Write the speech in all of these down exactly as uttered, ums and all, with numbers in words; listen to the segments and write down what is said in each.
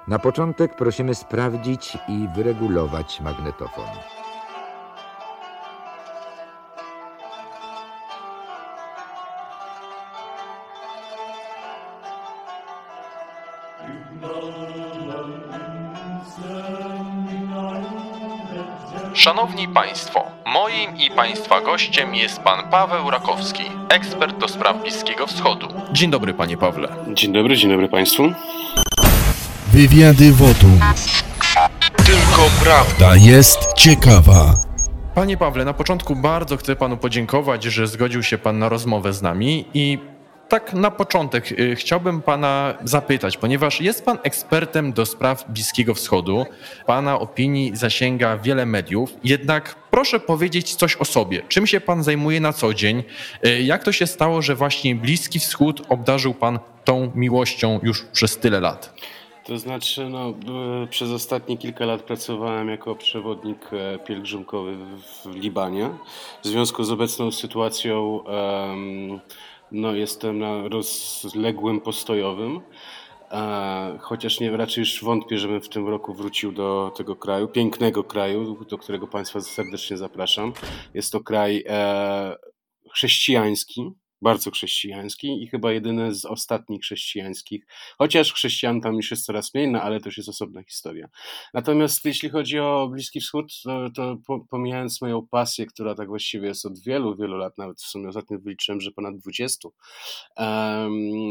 Na początek prosimy sprawdzić i wyregulować magnetofon. Szanowni Państwo, moim i Państwa gościem jest Pan Paweł Rakowski, ekspert do spraw Bliskiego Wschodu. Dzień dobry, Panie Pawle. Dzień dobry, dzień dobry Państwu. Wywiady Wotum. Tylko prawda jest ciekawa. Panie Pawle, na początku bardzo chcę Panu podziękować, że zgodził się Pan na rozmowę z nami i tak na początek y, chciałbym Pana zapytać, ponieważ jest Pan ekspertem do spraw Bliskiego Wschodu, Pana opinii zasięga wiele mediów, jednak proszę powiedzieć coś o sobie. Czym się Pan zajmuje na co dzień? Y, jak to się stało, że właśnie Bliski Wschód obdarzył Pan tą miłością już przez tyle lat? To znaczy, no, przez ostatnie kilka lat pracowałem jako przewodnik pielgrzymkowy w Libanie. W związku z obecną sytuacją um, no, jestem na rozległym postojowym, e, chociaż nie, raczej już wątpię, żebym w tym roku wrócił do tego kraju, pięknego kraju, do którego Państwa serdecznie zapraszam. Jest to kraj e, chrześcijański. Bardzo chrześcijański i chyba jedyny z ostatnich chrześcijańskich, chociaż chrześcijan tam już jest coraz mniej, no ale to już jest osobna historia. Natomiast jeśli chodzi o Bliski Wschód, to, to pomijając moją pasję, która tak właściwie jest od wielu, wielu lat, nawet w sumie ostatnio wyliczyłem, że ponad dwudziestu um,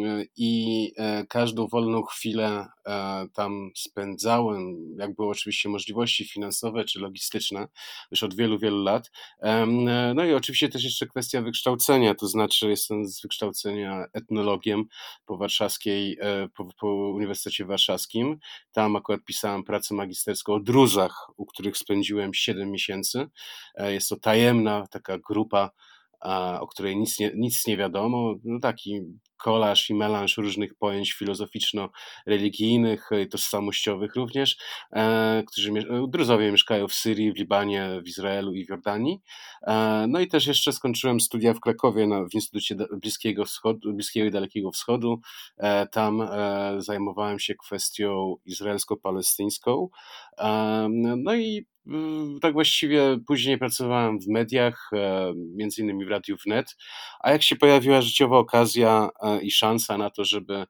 i e, każdą wolną chwilę e, tam spędzałem, jak były oczywiście możliwości finansowe czy logistyczne, już od wielu, wielu lat. Um, no i oczywiście też jeszcze kwestia wykształcenia, to znaczy jestem z wykształcenia etnologiem po warszawskiej, po, po Uniwersytecie Warszawskim. Tam akurat pisałem pracę magisterską o druzach, u których spędziłem siedem miesięcy. Jest to tajemna taka grupa, o której nic nie, nic nie wiadomo. No taki kolaż i melanż różnych pojęć filozoficzno-religijnych i tożsamościowych również, e, którzy Druzowie mieszkają w Syrii, w Libanie, w Izraelu i w Jordanii. E, no i też jeszcze skończyłem studia w Krakowie na, w Instytucie Bliskiego Wschodu, Bliskiego i Dalekiego Wschodu. E, tam e, zajmowałem się kwestią izraelsko-palestyńską. E, no i tak właściwie później pracowałem w mediach, między innymi w Radiu Wnet, a jak się pojawiła życiowa okazja i szansa na to, żeby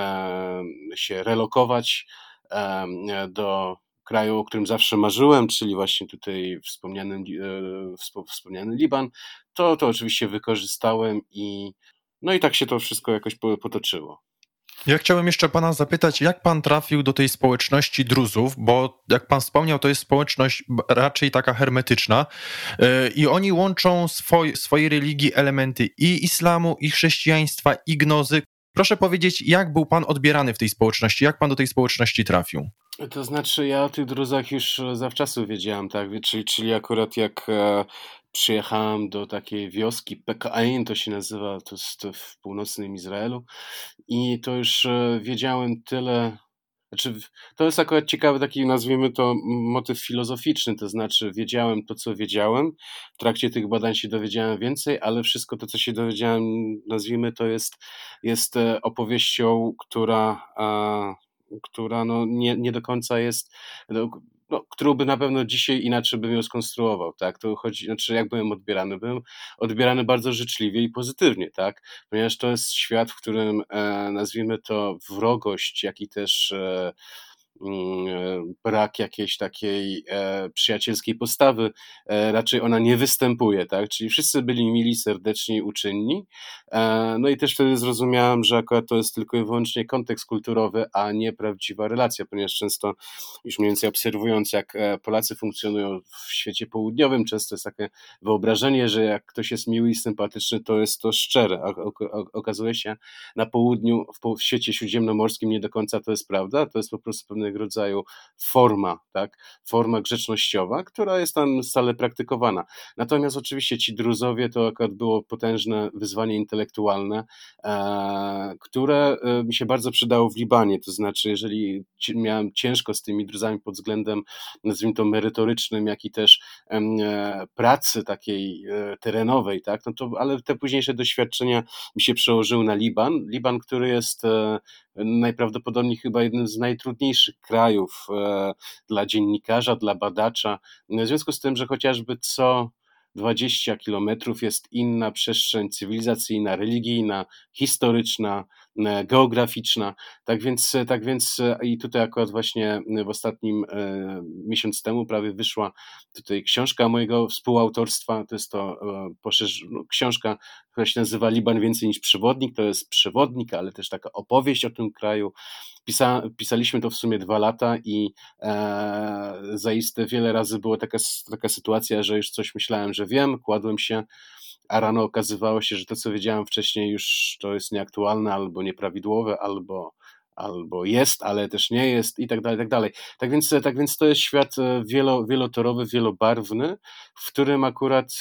się relokować do kraju, o którym zawsze marzyłem, czyli właśnie tutaj wspomniany, wspomniany Liban, to, to oczywiście wykorzystałem i no i tak się to wszystko jakoś potoczyło. Ja chciałem jeszcze Pana zapytać, jak Pan trafił do tej społeczności Druzów, bo jak Pan wspomniał, to jest społeczność raczej taka hermetyczna yy, i oni łączą swoj, swojej religii elementy i islamu, i chrześcijaństwa, i gnozy. Proszę powiedzieć, jak był Pan odbierany w tej społeczności, jak Pan do tej społeczności trafił? To znaczy, ja o tych Druzach już zawczasu wiedziałem, tak, czyli, czyli akurat jak e, przyjechałem do takiej wioski, Pekain to się nazywa, to jest w północnym Izraelu i to już e, wiedziałem tyle, znaczy to jest akurat ciekawy taki, nazwijmy to, motyw filozoficzny, to znaczy wiedziałem to, co wiedziałem, w trakcie tych badań się dowiedziałem więcej, ale wszystko to, co się dowiedziałem, nazwijmy to, jest, jest opowieścią, która... E, która no nie, nie do końca jest, no, no, którą by na pewno dzisiaj inaczej bym ją skonstruował, tak, to chodzi, znaczy jak byłem odbierany, byłem odbierany bardzo życzliwie i pozytywnie, tak, ponieważ to jest świat, w którym e, nazwijmy to wrogość, jak i też e, brak jakiejś takiej e, przyjacielskiej postawy, e, raczej ona nie występuje, tak? Czyli wszyscy byli mili, serdeczni, uczynni. E, no i też wtedy zrozumiałem, że akurat to jest tylko i wyłącznie kontekst kulturowy, a nie prawdziwa relacja, ponieważ często już mniej więcej obserwując, jak Polacy funkcjonują w świecie południowym, często jest takie wyobrażenie, że jak ktoś jest miły i sympatyczny, to jest to szczere, a okazuje się na południu, w, po, w świecie śródziemnomorskim nie do końca to jest prawda, to jest po prostu pewne rodzaju forma, tak, forma grzecznościowa, która jest tam stale praktykowana. Natomiast oczywiście ci Druzowie to akurat było potężne wyzwanie intelektualne, e, które e, mi się bardzo przydało w Libanie, to znaczy jeżeli ci, miałem ciężko z tymi Druzami pod względem, nazwijmy to merytorycznym, jak i też e, pracy takiej e, terenowej, tak, no to, ale te późniejsze doświadczenia mi się przełożyły na Liban, Liban, który jest e, najprawdopodobniej chyba jednym z najtrudniejszych krajów e, dla dziennikarza, dla badacza. W związku z tym, że chociażby co dwadzieścia kilometrów jest inna przestrzeń cywilizacyjna, religijna, historyczna, e, geograficzna. Tak więc, tak więc e, i tutaj akurat właśnie w ostatnim e, miesiąc temu prawie wyszła tutaj książka mojego współautorstwa. To jest to e, poszerz, no, książka, która się nazywa Liban więcej niż przewodnik. To jest przewodnik, ale też taka opowieść o tym kraju. Pisa, pisaliśmy to w sumie dwa lata i e, zaiste wiele razy była taka, taka sytuacja, że już coś myślałem, że wiem, kładłem się, a rano okazywało się, że to, co wiedziałem wcześniej, już to jest nieaktualne albo nieprawidłowe, albo, albo jest, ale też nie jest i tak dalej, i tak dalej. Tak więc, tak więc to jest świat wielo, wielotorowy, wielobarwny, w którym akurat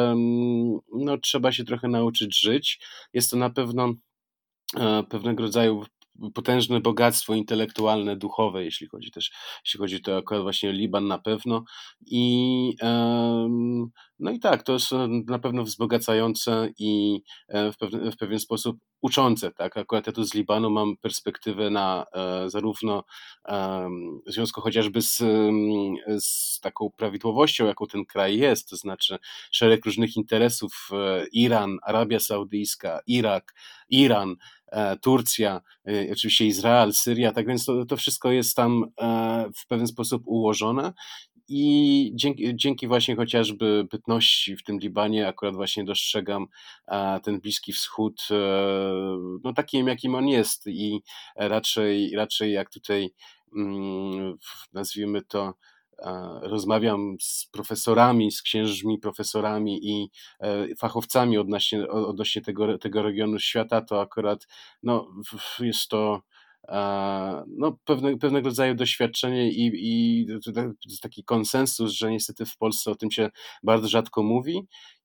no, trzeba się trochę nauczyć żyć. Jest to na pewno pewnego rodzaju potężne bogactwo intelektualne, duchowe, jeśli chodzi też, jeśli chodzi to akurat właśnie o Liban na pewno. I um, no i tak, to jest na pewno wzbogacające i w pewien, w pewien sposób uczące, tak? Akurat ja tu z Libanu mam perspektywę na e, zarówno e, w związku chociażby z, z taką prawidłowością, jaką ten kraj jest, to znaczy szereg różnych interesów, e, Iran, Arabia Saudyjska, Irak, Iran, e, Turcja, e, oczywiście Izrael, Syria, tak więc to, to wszystko jest tam e, w pewien sposób ułożone. I dzięki, dzięki właśnie chociażby bytności w tym Libanie akurat właśnie dostrzegam a, ten Bliski Wschód e, no takim, jakim on jest i raczej, raczej jak tutaj mm, nazwijmy to e, rozmawiam z profesorami, z księżmi profesorami i e, fachowcami odnośnie, odnośnie tego, tego regionu świata, to akurat no, jest to no, pewne, pewnego rodzaju doświadczenie i, i taki konsensus, że niestety w Polsce o tym się bardzo rzadko mówi.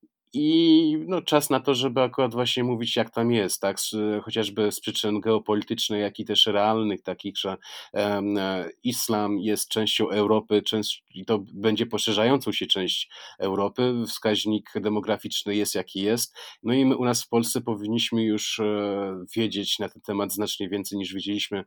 I no, czas na to, żeby akurat właśnie mówić, jak tam jest, tak? Z, chociażby z przyczyn geopolitycznych, jak i też realnych, takich, że um, islam jest częścią Europy, część, i to będzie poszerzającą się część Europy. Wskaźnik demograficzny jest, jaki jest. No i my u nas w Polsce powinniśmy już e, wiedzieć na ten temat znacznie więcej, niż wiedzieliśmy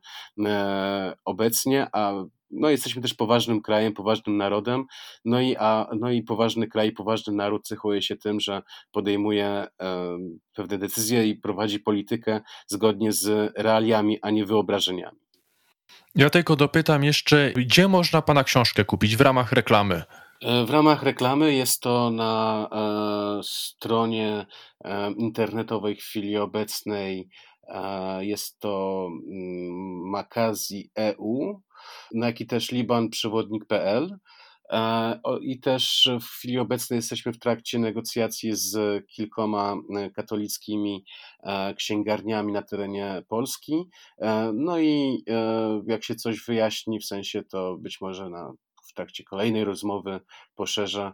e, obecnie, a no, jesteśmy też poważnym krajem, poważnym narodem, no i, a, no i poważny kraj, poważny naród cechuje się tym, że podejmuje e, pewne decyzje i prowadzi politykę zgodnie z realiami, a nie wyobrażeniami. Ja tylko dopytam jeszcze, gdzie można pana książkę kupić w ramach reklamy? W ramach reklamy jest to na e, stronie e, internetowej w chwili obecnej. E, jest to mm, Makazi kropka e u, no jak i też liban przewodnik kropka p l. E, o, I też w chwili obecnej jesteśmy w trakcie negocjacji z kilkoma e, katolickimi e, księgarniami na terenie Polski. E, no i e, jak się coś wyjaśni, w sensie to być może na w trakcie kolejnej rozmowy poszerzę,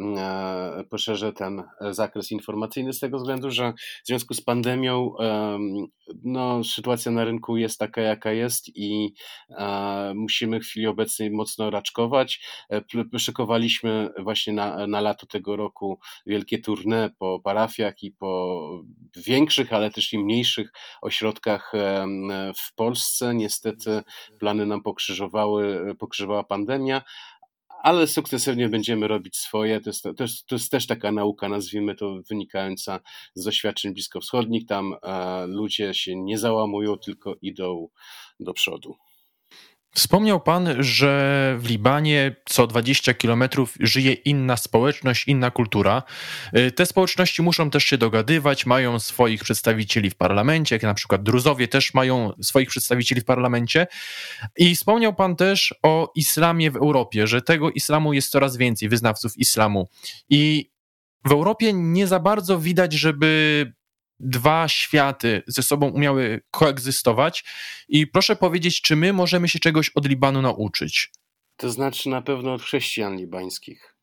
e, poszerzę ten zakres informacyjny z tego względu, że w związku z pandemią e, no, sytuacja na rynku jest taka, jaka jest i e, musimy w chwili obecnej mocno raczkować. E, szykowaliśmy właśnie na, na lato tego roku wielkie tournée po parafiach i po większych, ale też i mniejszych ośrodkach e, w Polsce. Niestety plany nam pokrzyżowały, pokrzyżowała pandemia, ale sukcesywnie będziemy robić swoje. To jest, to, jest, to jest też taka nauka, nazwijmy to, wynikająca z doświadczeń bliskowschodnich. Tam e, ludzie się nie załamują, tylko idą do przodu. Wspomniał pan, że w Libanie co dwadzieścia kilometrów żyje inna społeczność, inna kultura. Te społeczności muszą też się dogadywać, mają swoich przedstawicieli w parlamencie, jak na przykład Druzowie też mają swoich przedstawicieli w parlamencie. I wspomniał pan też o islamie w Europie, że tego islamu jest coraz więcej, wyznawców islamu. I w Europie nie za bardzo widać, żeby dwa światy ze sobą umiały koegzystować i proszę powiedzieć, czy my możemy się czegoś od Libanu nauczyć? To znaczy na pewno od chrześcijan libańskich.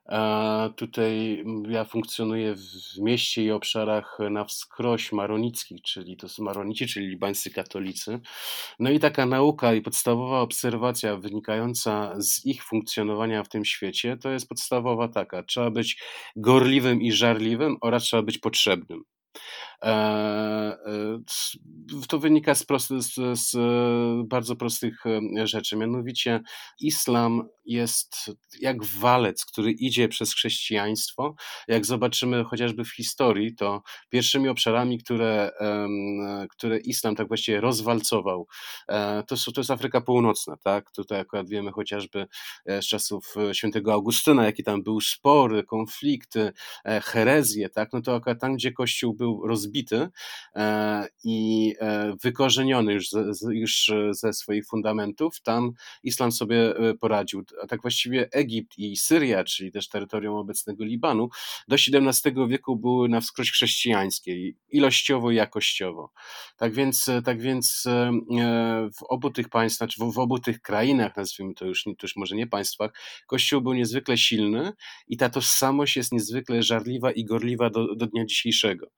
A tutaj ja funkcjonuję w mieście i obszarach na wskroś maronickich, czyli to są maronici, czyli libańscy katolicy. No i taka nauka i podstawowa obserwacja wynikająca z ich funkcjonowania w tym świecie, to jest podstawowa taka, trzeba być gorliwym i żarliwym oraz trzeba być potrzebnym. E, e, to wynika z, prosty, z, z bardzo prostych rzeczy, mianowicie islam jest jak walec, który idzie przez chrześcijaństwo. Jak zobaczymy chociażby w historii, to pierwszymi obszarami, które, które islam tak właściwie rozwalcował, to, to jest Afryka Północna, tak? Tutaj akurat wiemy chociażby z czasów świętego Augustyna, jaki tam był spory, konflikty, herezje, tak? No to akurat tam, gdzie Kościół był rozbity i wykorzeniony już ze, już ze swoich fundamentów, tam islam sobie poradził. A tak właściwie Egipt i Syria, czyli też terytorium obecnego Libanu, do siedemnastego wieku były na wskroś chrześcijańskie, ilościowo i jakościowo. Tak więc, tak więc w obu tych państwach, znaczy w obu tych krainach, nazwijmy to już, to już może nie państwach, Kościół był niezwykle silny i ta tożsamość jest niezwykle żarliwa i gorliwa do, do dnia dzisiejszego,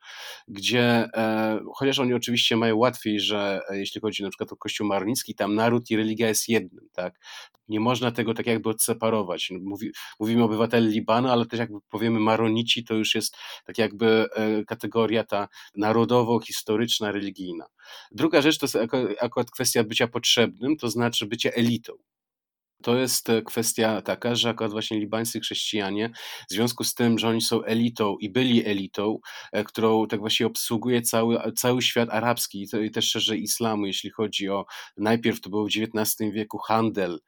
gdzie e, chociaż oni oczywiście mają łatwiej, że e, jeśli chodzi na przykład o Kościół maronicki, tam naród i religia jest jednym, tak? Nie można tego tak jakby odseparować. Mówi, mówimy obywatele Libanu, ale też jakby powiemy maronici, to już jest tak jakby e, kategoria ta narodowo-historyczna, religijna. Druga rzecz to jest akurat kwestia bycia potrzebnym, to znaczy bycia elitą. To jest kwestia taka, że akurat właśnie libańscy chrześcijanie, w związku z tym, że oni są elitą i byli elitą, którą tak właśnie obsługuje cały, cały świat arabski i też szerzej islamu, jeśli chodzi o, najpierw to było w dziewiętnastym wieku handel,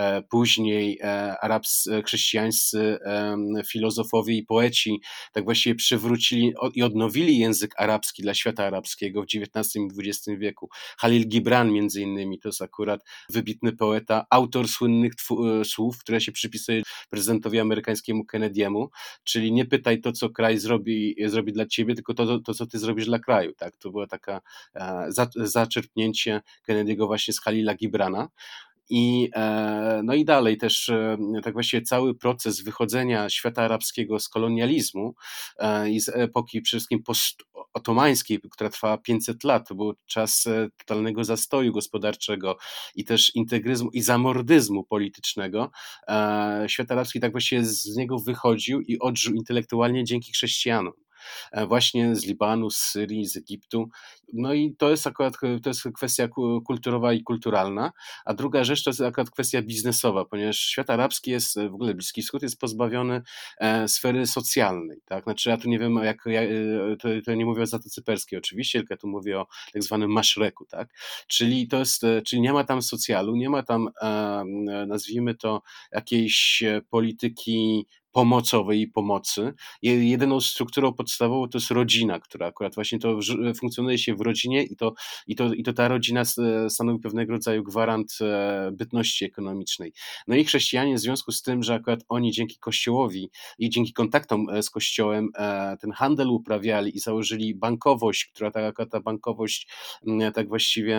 później arabs, chrześcijańscy filozofowie i poeci tak właściwie przywrócili i odnowili język arabski dla świata arabskiego w dziewiętnastym i dwudziestym wieku. Halil Gibran między innymi, to jest akurat wybitny poeta, autor słynnych słów, które się przypisuje prezydentowi amerykańskiemu Kennedy'emu, czyli nie pytaj to, co kraj zrobi, zrobi dla ciebie, tylko to, to, co ty zrobisz dla kraju. Tak? To było takie e, za, zaczerpnięcie Kennedy'ego właśnie z Halila Gibrana. I, no i dalej też tak właściwie cały proces wychodzenia świata arabskiego z kolonializmu i z epoki przede wszystkim postotomańskiej, która trwała pięćset lat, to był czas totalnego zastoju gospodarczego i też integryzmu i zamordyzmu politycznego. Świat arabski tak właściwie z niego wychodził i odżył intelektualnie dzięki chrześcijanom. Właśnie z Libanu, z Syrii, z Egiptu. No i to jest akurat to jest kwestia kulturowa i kulturalna, a druga rzecz to jest akurat kwestia biznesowa, ponieważ świat arabski jest, w ogóle Bliski Wschód jest pozbawiony e, sfery socjalnej, tak? Znaczy ja tu nie wiem, jak ja, to, to nie mówię o Zatoce Perskiej oczywiście, tylko tu mówię o tak zwanym maszreku, tak? Czyli to jest, czyli nie ma tam socjalu, nie ma tam e, nazwijmy to jakiejś polityki pomocowej i pomocy. Jedyną strukturą podstawową to jest rodzina, która akurat właśnie to funkcjonuje się w rodzinie i to, i to, i to ta rodzina stanowi pewnego rodzaju gwarant bytności ekonomicznej. No i chrześcijanie w związku z tym, że akurat oni dzięki Kościołowi i dzięki kontaktom z Kościołem ten handel uprawiali i założyli bankowość, która ta, ta bankowość tak właściwie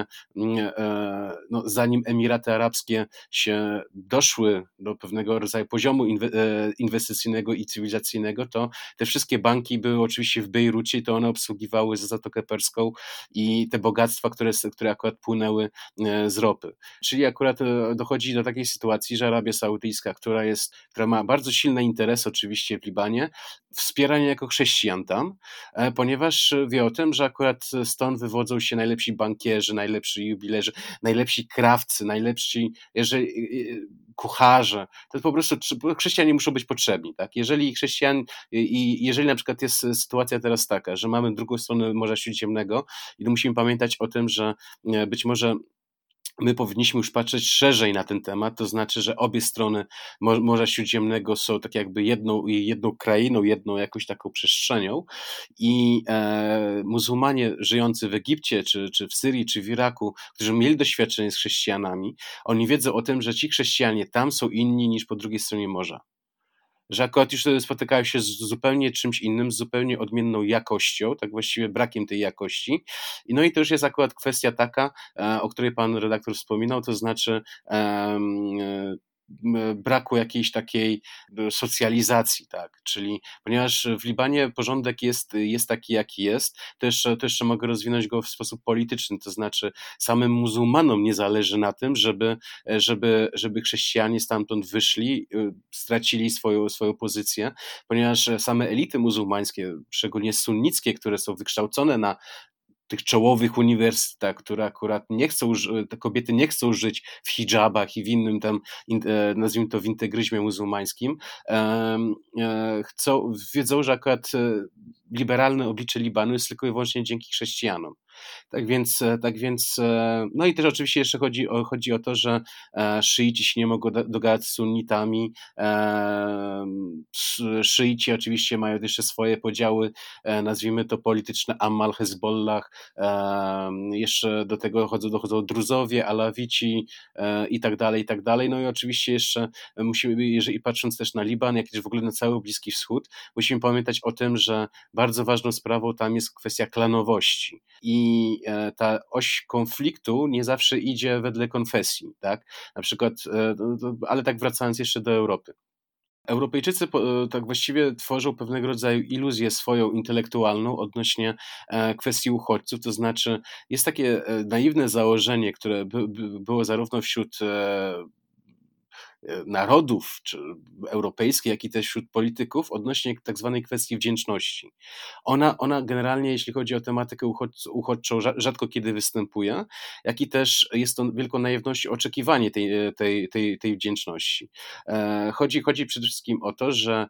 no, zanim Emiraty Arabskie się doszły do pewnego rodzaju poziomu inwestycyjnego i cywilizacyjnego, to te wszystkie banki były oczywiście w Bejrucie, to one obsługiwały Zatokę Perską i te bogactwa, które, które akurat płynęły z ropy. Czyli akurat dochodzi do takiej sytuacji, że Arabia Saudyjska, która jest, która ma bardzo silny interes oczywiście w Libanie, wspiera niejako chrześcijan tam, ponieważ wie o tym, że akurat stąd wywodzą się najlepsi bankierzy, najlepsi jubilerzy, najlepsi krawcy, najlepsi jeżeli, kucharze. To po prostu chrześcijanie muszą być potrzebni. Tak? Jeżeli chrześcijan i jeżeli na przykład jest sytuacja teraz taka, że mamy drugą stronę Morza Śródziemnego i musimy pamiętać o tym, że być może my powinniśmy już patrzeć szerzej na ten temat, to znaczy, że obie strony Morza Śródziemnego są tak jakby jedną, jedną krainą, jedną jakąś taką przestrzenią i e, muzułmanie żyjący w Egipcie, czy, czy w Syrii, czy w Iraku, którzy mieli doświadczenie z chrześcijanami, oni wiedzą o tym, że ci chrześcijanie tam są inni niż po drugiej stronie morza. Że akurat już spotykają się z zupełnie czymś innym, z zupełnie odmienną jakością, tak właściwie brakiem tej jakości. No i to już jest akurat kwestia taka, o której pan redaktor wspominał, to znaczy braku jakiejś takiej socjalizacji, tak, czyli ponieważ w Libanie porządek jest, jest taki, jaki jest, to jeszcze, to jeszcze mogę rozwinąć go w sposób polityczny, to znaczy samym muzułmanom nie zależy na tym, żeby, żeby, żeby chrześcijanie stamtąd wyszli, stracili swoją, swoją pozycję, ponieważ same elity muzułmańskie, szczególnie sunnickie, które są wykształcone na tych czołowych uniwersytetach, które akurat nie chcą, te kobiety nie chcą żyć w hijabach i w innym tam, nazwijmy to, w integryzmie muzułmańskim, chcą, wiedzą, że akurat liberalne oblicze Libanu jest tylko i wyłącznie dzięki chrześcijanom. Tak więc, tak więc, no i też oczywiście jeszcze chodzi o, chodzi o to, że szyici się nie mogą dogadać z sunnitami, szyici oczywiście mają jeszcze swoje podziały, nazwijmy to polityczne, Ammal, Hezbollah, jeszcze do tego dochodzą, dochodzą Druzowie, Alawici i tak dalej, i tak dalej. No i oczywiście jeszcze musimy, jeżeli patrząc też na Liban, jak też w ogóle na cały Bliski Wschód, musimy pamiętać o tym, że bardzo ważną sprawą tam jest kwestia klanowości i ta oś konfliktu nie zawsze idzie wedle konfesji, tak? Na przykład, ale tak wracając jeszcze do Europy. Europejczycy tak właściwie tworzą pewnego rodzaju iluzję swoją intelektualną odnośnie kwestii uchodźców, to znaczy jest takie naiwne założenie, które by, by było zarówno wśród narodów czy europejskich, jak i też wśród polityków odnośnie tak zwanej kwestii wdzięczności. Ona, ona generalnie, jeśli chodzi o tematykę uchodź, uchodźczą, rzadko kiedy występuje, jak i też jest to wielką naiwnością oczekiwanie tej, tej, tej, tej wdzięczności. Chodzi, chodzi przede wszystkim o to, że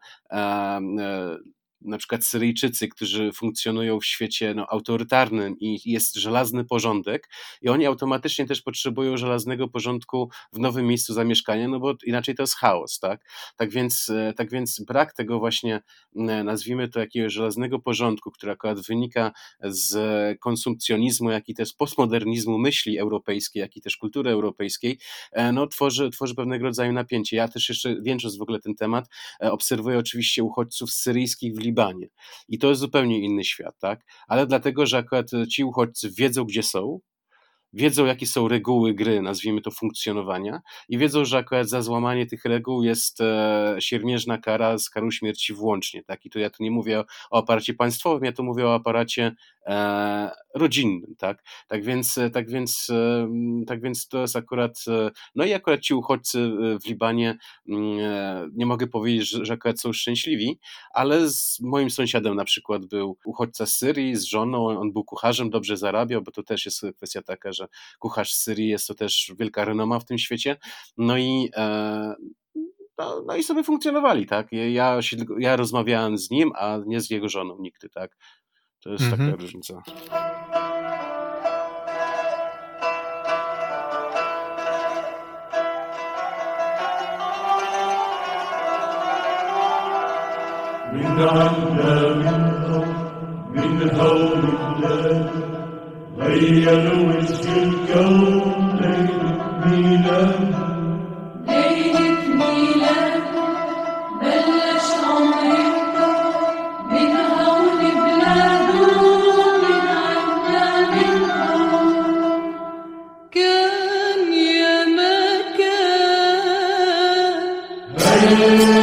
na przykład Syryjczycy, którzy funkcjonują w świecie no, autorytarnym i jest żelazny porządek i oni automatycznie też potrzebują żelaznego porządku w nowym miejscu zamieszkania, no bo inaczej to jest chaos, tak? Tak więc, tak więc brak tego właśnie, nazwijmy to jakiegoś żelaznego porządku, który akurat wynika z konsumpcjonizmu, jak i też postmodernizmu myśli europejskiej, jak i też kultury europejskiej, no tworzy, tworzy pewnego rodzaju napięcie. Ja też jeszcze, wieńcząc w ogóle ten temat, obserwuję oczywiście uchodźców syryjskich w Libanie. I to jest zupełnie inny świat, tak? Ale dlatego, że akurat ci uchodźcy wiedzą, gdzie są, wiedzą, jakie są reguły gry, nazwijmy to funkcjonowania i wiedzą, że akurat za złamanie tych reguł jest e, siermiężna kara z karą śmierci włącznie, tak? I tu ja tu nie mówię o, o aparacie państwowym, ja tu mówię o aparacie e, rodzinnym, tak? Tak więc, tak więc, e, tak więc to jest akurat, e, no i akurat ci uchodźcy w Libanie, e, nie mogę powiedzieć, że, że akurat są szczęśliwi, ale z moim sąsiadem na przykład był uchodźca z Syrii z żoną, on był kucharzem, dobrze zarabiał, bo to też jest kwestia taka, że kucharz z Syrii jest to też wielka renoma w tym świecie, no i e, no, no i sobie funkcjonowali, tak, ja, się, ja rozmawiałem z nim, a nie z jego żoną nigdy, tak, to jest Mhm. taka różnica. من هول الله غير وجه الكون ليلة ميلاد ليلة ميلاد بلش عمرك من هول بلاده من عنا منكم كان يا ما كان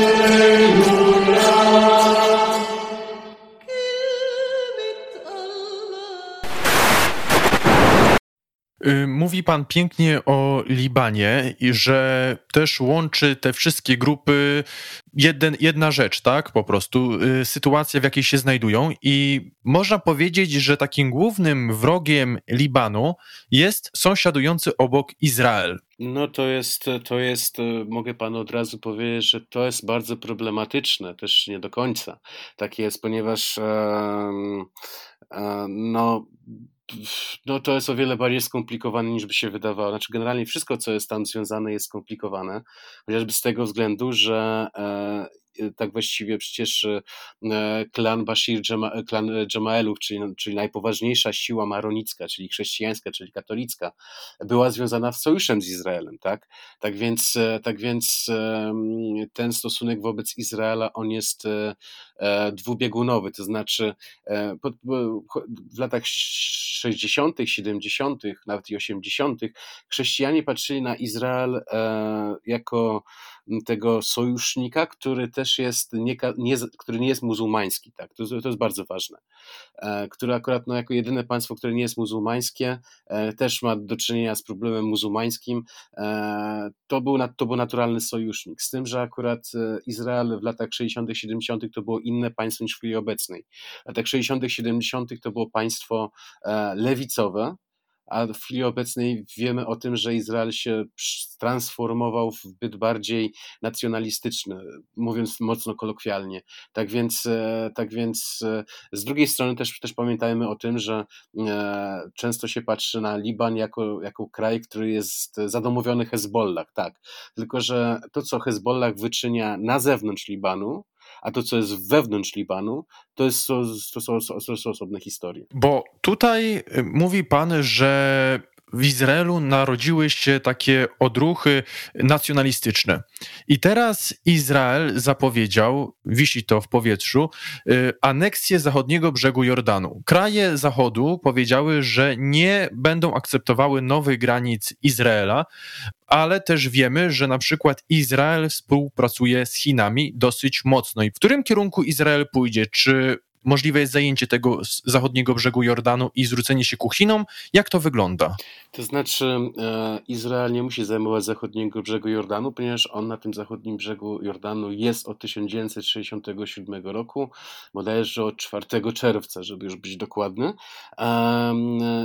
Mówi pan pięknie o Libanie i że też łączy te wszystkie grupy jeden, jedna rzecz, tak? Po prostu sytuacja, w jakiej się znajdują i można powiedzieć, że takim głównym wrogiem Libanu jest sąsiadujący obok Izrael. No to jest, to jest, mogę panu od razu powiedzieć, że to jest bardzo problematyczne, też nie do końca. Tak jest, ponieważ um, um, no No to jest o wiele bardziej skomplikowane niż by się wydawało. Znaczy generalnie wszystko, co jest tam związane, jest skomplikowane, chociażby z tego względu, że e, tak właściwie przecież e, klan Bashir, Jama, klan Jamaelów, czyli, czyli najpoważniejsza siła maronicka, czyli chrześcijańska, czyli katolicka, była związana z sojuszem z Izraelem, tak? Tak więc, tak więc e, ten stosunek wobec Izraela, on jest, e, e, dwubiegunowy, to znaczy e, pod, w latach sześćdziesiątych, siedemdziesiątych, nawet i osiemdziesiątych chrześcijanie patrzyli na Izrael e, jako tego sojusznika, który też jest nie, nie, który nie jest muzułmański, tak? to, to jest bardzo ważne, e, który akurat no, jako jedyne państwo, które nie jest muzułmańskie, e, też ma do czynienia z problemem muzułmańskim, e, to, był, to był naturalny sojusznik, z tym, że akurat Izrael w latach sześćdziesiątych, siedemdziesiątych to było inne państwo niż w chwili obecnej. W latach sześćdziesiątych, siedemdziesiątych to było państwo e, lewicowe, a w chwili obecnej wiemy o tym, że Izrael się transformował w byt bardziej nacjonalistyczny, mówiąc mocno kolokwialnie. Tak więc, tak więc z drugiej strony też, też pamiętajmy o tym, że często się patrzy na Liban jako, jako kraj, który jest zadomowiony Hezbollah, tak. Tylko że to, co Hezbollah wyczynia na zewnątrz Libanu, a to, co jest wewnątrz Libanu, to, jest, to, są, to są osobne historie. Bo tutaj mówi pan, że w Izraelu narodziły się takie odruchy nacjonalistyczne. I teraz Izrael zapowiedział, wisi to w powietrzu, aneksję zachodniego brzegu Jordanu. Kraje Zachodu powiedziały, że nie będą akceptowały nowych granic Izraela, ale też wiemy, że na przykład Izrael współpracuje z Chinami dosyć mocno. I w którym kierunku Izrael pójdzie? Czy możliwe jest zajęcie tego zachodniego brzegu Jordanu i zwrócenie się ku Chinom? Jak to wygląda? To znaczy e, Izrael nie musi zajmować zachodniego brzegu Jordanu, ponieważ on na tym zachodnim brzegu Jordanu jest od tysiąc dziewięćset sześćdziesiątego siódmego roku, bodajże od czwartego czerwca, żeby już być dokładny. E,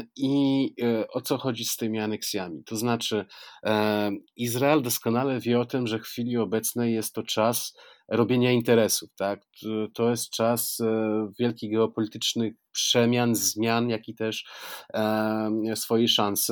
I e, o co chodzi z tymi aneksjami? To znaczy e, Izrael doskonale wie o tym, że w chwili obecnej jest to czas robienia interesów, tak? To jest czas wielkich geopolitycznych przemian, zmian, jak i też e, swojej szansy.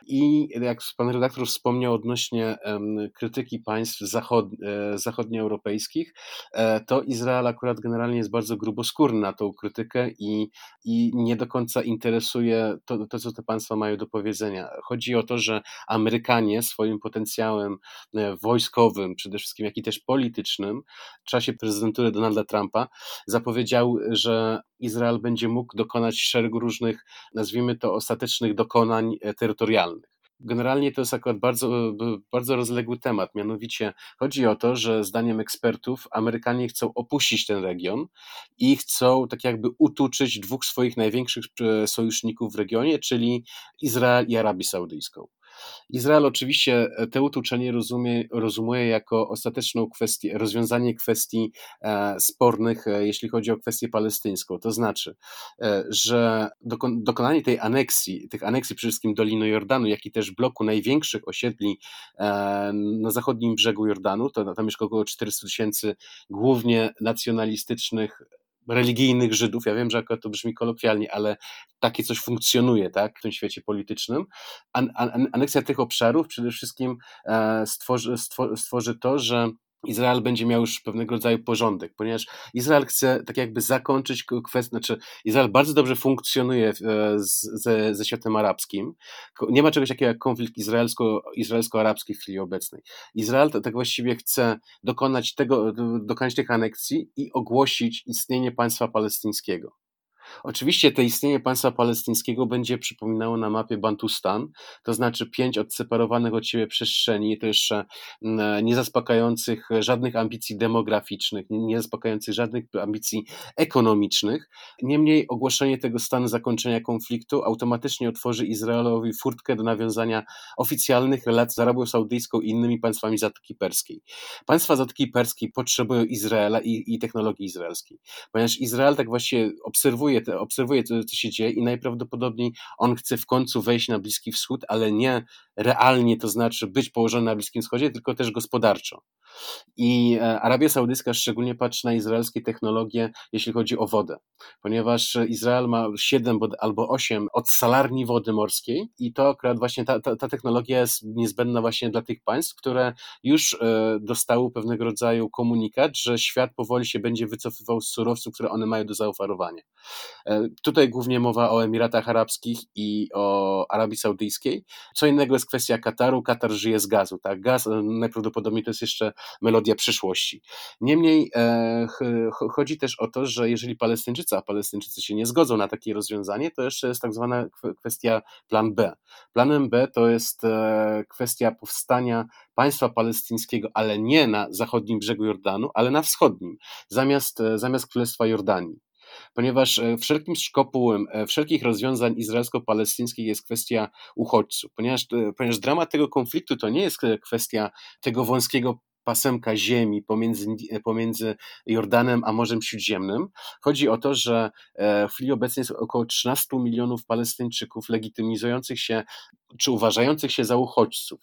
I jak pan redaktor wspomniał odnośnie e, krytyki państw zachod, e, zachodnioeuropejskich, e, to Izrael akurat generalnie jest bardzo gruboskórny na tą krytykę i, i nie do końca interesuje to, to, co te państwa mają do powiedzenia. Chodzi o to, że Amerykanie swoim potencjałem e, wojskowym, przede wszystkim, jak i też politycznym, w czasie prezydentury Donalda Trumpa zapowiedział, że Izrael będzie mógł dokonać szeregu różnych, nazwijmy to, ostatecznych dokonań terytorialnych. Generalnie to jest akurat bardzo, bardzo rozległy temat, mianowicie chodzi o to, że zdaniem ekspertów Amerykanie chcą opuścić ten region i chcą tak jakby utuczyć dwóch swoich największych sojuszników w regionie, czyli Izrael i Arabię Saudyjską. Izrael oczywiście to utuczenie rozumie, rozumuje jako ostateczną kwestię, rozwiązanie kwestii e, spornych, e, jeśli chodzi o kwestię palestyńską. To znaczy, e, że dokon, dokonanie tej aneksji, tych aneksji przede wszystkim Doliny Jordanu, jak i też bloku największych osiedli e, na zachodnim brzegu Jordanu, to tam mieszka około czterysta tysięcy głównie nacjonalistycznych, religijnych Żydów. Ja wiem, że akurat to brzmi kolokwialnie, ale takie coś funkcjonuje, tak, w tym świecie politycznym. An, an, aneksja tych obszarów przede wszystkim e, stworzy, stworzy to, że Izrael będzie miał już pewnego rodzaju porządek, ponieważ Izrael chce tak jakby zakończyć kwestię, znaczy Izrael bardzo dobrze funkcjonuje z, ze, ze światem arabskim. Nie ma czegoś takiego jak konflikt izraelsko, izraelsko-arabski w chwili obecnej. Izrael to, tak właściwie chce dokonać tego, dokonać tych aneksji i ogłosić istnienie państwa palestyńskiego. Oczywiście to istnienie państwa palestyńskiego będzie przypominało na mapie Bantustan, to znaczy pięć odseparowanych od siebie przestrzeni, to jeszcze nie zaspokajających żadnych ambicji demograficznych, nie zaspokajających żadnych ambicji ekonomicznych. Niemniej ogłoszenie tego stanu zakończenia konfliktu automatycznie otworzy Izraelowi furtkę do nawiązania oficjalnych relacji z Arabią Saudyjską i innymi państwami Zatoki Perskiej. Państwa Zatoki Perskiej potrzebują Izraela i, i technologii izraelskiej, ponieważ Izrael tak właśnie obserwuje obserwuje to, co się dzieje i najprawdopodobniej on chce w końcu wejść na Bliski Wschód, ale nie realnie, to znaczy być położony na Bliskim Wschodzie, tylko też gospodarczo. I Arabia Saudyjska szczególnie patrzy na izraelskie technologie, jeśli chodzi o wodę, ponieważ Izrael ma siedem albo osiem odsalarni wody morskiej i to akurat właśnie ta, ta, ta technologia jest niezbędna właśnie dla tych państw, które już dostały pewnego rodzaju komunikat, że świat powoli się będzie wycofywał z surowców, które one mają do zaoferowania. Tutaj głównie mowa o Emiratach Arabskich i o Arabii Saudyjskiej. Co innego jest kwestia Kataru. Katar żyje z gazu, tak? Gaz najprawdopodobniej to jest jeszcze melodia przyszłości. Niemniej e, chodzi też o to, że jeżeli Palestyńczycy, a Palestyńczycy się nie zgodzą na takie rozwiązanie, to jeszcze jest tak zwana kwestia plan B. Planem B to jest e, kwestia powstania państwa palestyńskiego, ale nie na zachodnim brzegu Jordanu, ale na wschodnim, zamiast, e, zamiast Królestwa Jordanii. Ponieważ wszelkim szkopułem wszelkich rozwiązań izraelsko-palestyńskich jest kwestia uchodźców, ponieważ, ponieważ dramat tego konfliktu to nie jest kwestia tego wąskiego pasemka ziemi pomiędzy, pomiędzy Jordanem a Morzem Śródziemnym. Chodzi o to, że w chwili obecnej jest około trzynaście milionów Palestyńczyków legitymizujących się, czy uważających się za uchodźców.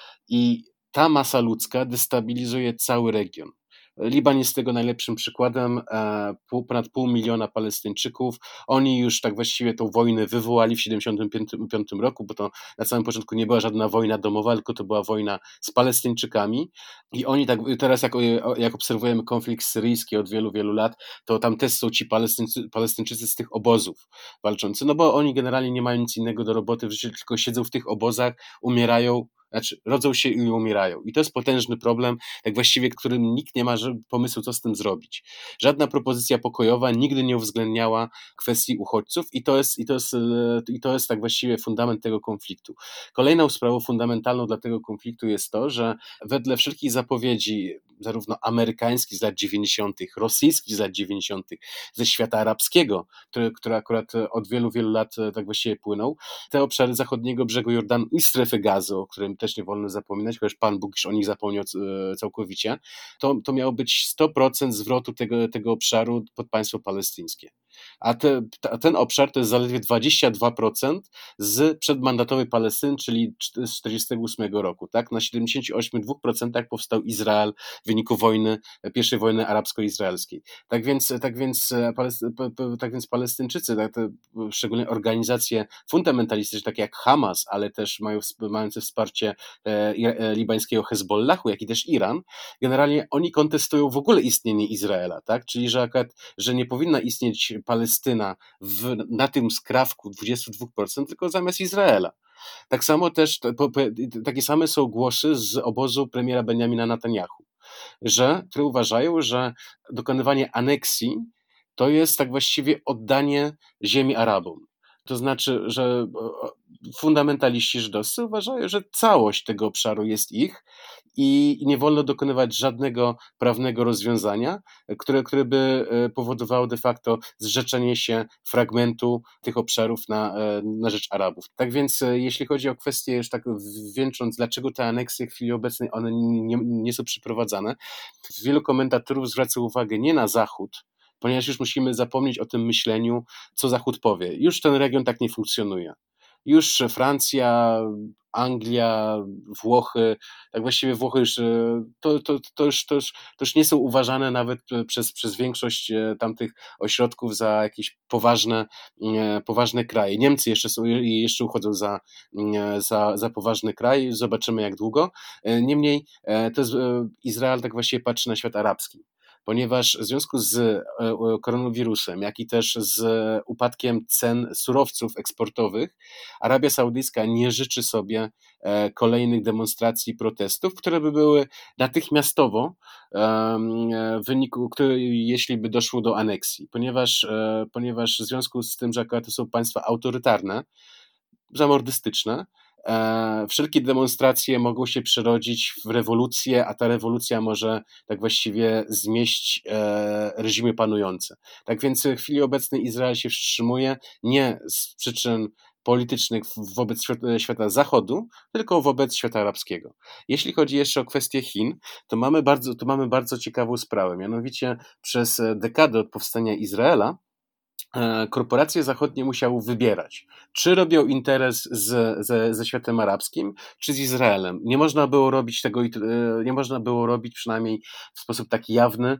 I ta masa ludzka destabilizuje cały region. Liban jest tego najlepszym przykładem, ponad pół miliona Palestyńczyków, oni już tak właściwie tą wojnę wywołali w siedemdziesiątym piątym roku, bo to na samym początku nie była żadna wojna domowa, tylko to była wojna z Palestyńczykami i oni tak, teraz jak, jak obserwujemy konflikt syryjski od wielu, wielu lat, to tam też są ci Palestyńczycy, Palestyńczycy z tych obozów walczący, no bo oni generalnie nie mają nic innego do roboty w życiu, tylko siedzą w tych obozach, umierają, znaczy rodzą się i umierają. I to jest potężny problem, tak właściwie, którym nikt nie ma pomysłu, co z tym zrobić. Żadna propozycja pokojowa nigdy nie uwzględniała kwestii uchodźców i to jest, i to jest, i to jest tak właściwie fundament tego konfliktu. Kolejną sprawą fundamentalną dla tego konfliktu jest to, że wedle wszelkich zapowiedzi, zarówno amerykańskich z lat dziewięćdziesiątych, rosyjskich z lat dziewięćdziesiątych, ze świata arabskiego, który, który akurat od wielu, wielu lat tak właściwie płynął, te obszary zachodniego brzegu Jordanu i strefy gazy, o którym też nie wolno zapominać, chociaż Pan Bóg już o nich zapomniał całkowicie, to, to miało być sto procent zwrotu tego, tego obszaru pod państwo palestyńskie. A, te, a ten obszar to jest zaledwie dwadzieścia dwa procent z przedmandatowej Palestyny, czyli z tysiąc dziewięćset czterdziestego ósmego roku. Tak? Na siedemdziesiąt osiem przecinek dwa procent powstał Izrael w wyniku wojny, pierwszej wojny arabsko-izraelskiej. Tak więc, tak więc, tak więc Palestyńczycy, tak, te, szczególnie organizacje fundamentalistyczne, takie jak Hamas, ale też mają, mające wsparcie e, libańskiego Hezbollahu, jak i też Iran, generalnie oni kontestują w ogóle istnienie Izraela, tak? Czyli że, akurat, że nie powinna istnieć Palestyna w, na tym skrawku dwadzieścia dwa procent, tylko zamiast Izraela. Tak samo też, po, po, takie same są głosy z obozu premiera Benjamina Netanyahu, że, które uważają, że dokonywanie aneksji to jest tak właściwie oddanie ziemi Arabom. To znaczy, że fundamentaliści żydowscy uważają, że całość tego obszaru jest ich i nie wolno dokonywać żadnego prawnego rozwiązania, które, które by powodowało de facto zrzeczenie się fragmentu tych obszarów na, na rzecz Arabów. Tak więc jeśli chodzi o kwestię, już tak wieńcząc, dlaczego te aneksje w chwili obecnej one nie, nie są przeprowadzane, wielu komentatorów zwraca uwagę nie na Zachód, ponieważ już musimy zapomnieć o tym myśleniu, co Zachód powie. Już ten region tak nie funkcjonuje. Już Francja, Anglia, Włochy, tak właściwie Włochy już, to, to, to, już, to, już, to już nie są uważane nawet przez, przez większość tamtych ośrodków za jakieś poważne, poważne kraje. Niemcy jeszcze, są, jeszcze uchodzą za, za, za poważny kraj, zobaczymy jak długo. Niemniej to jest, Izrael tak właściwie patrzy na świat arabski, ponieważ w związku z koronawirusem, jak i też z upadkiem cen surowców eksportowych, Arabia Saudyjska nie życzy sobie kolejnych demonstracji i protestów, które by były natychmiastowo w wyniku, które, jeśli by doszło do aneksji, ponieważ, ponieważ w związku z tym, że akurat to są państwa autorytarne, zamordystyczne, wszelkie demonstracje mogą się przerodzić w rewolucję, a ta rewolucja może tak właściwie zmieść reżimy panujące. Tak więc w chwili obecnej Izrael się wstrzymuje nie z przyczyn politycznych wobec świata zachodu, tylko wobec świata arabskiego. Jeśli chodzi jeszcze o kwestię Chin, to mamy bardzo, to mamy bardzo ciekawą sprawę, mianowicie przez dekadę od powstania Izraela korporacje zachodnie musiały wybierać, czy robią interes z, ze, ze światem arabskim, czy z Izraelem. Nie można było robić tego, nie można było robić przynajmniej w sposób taki jawny,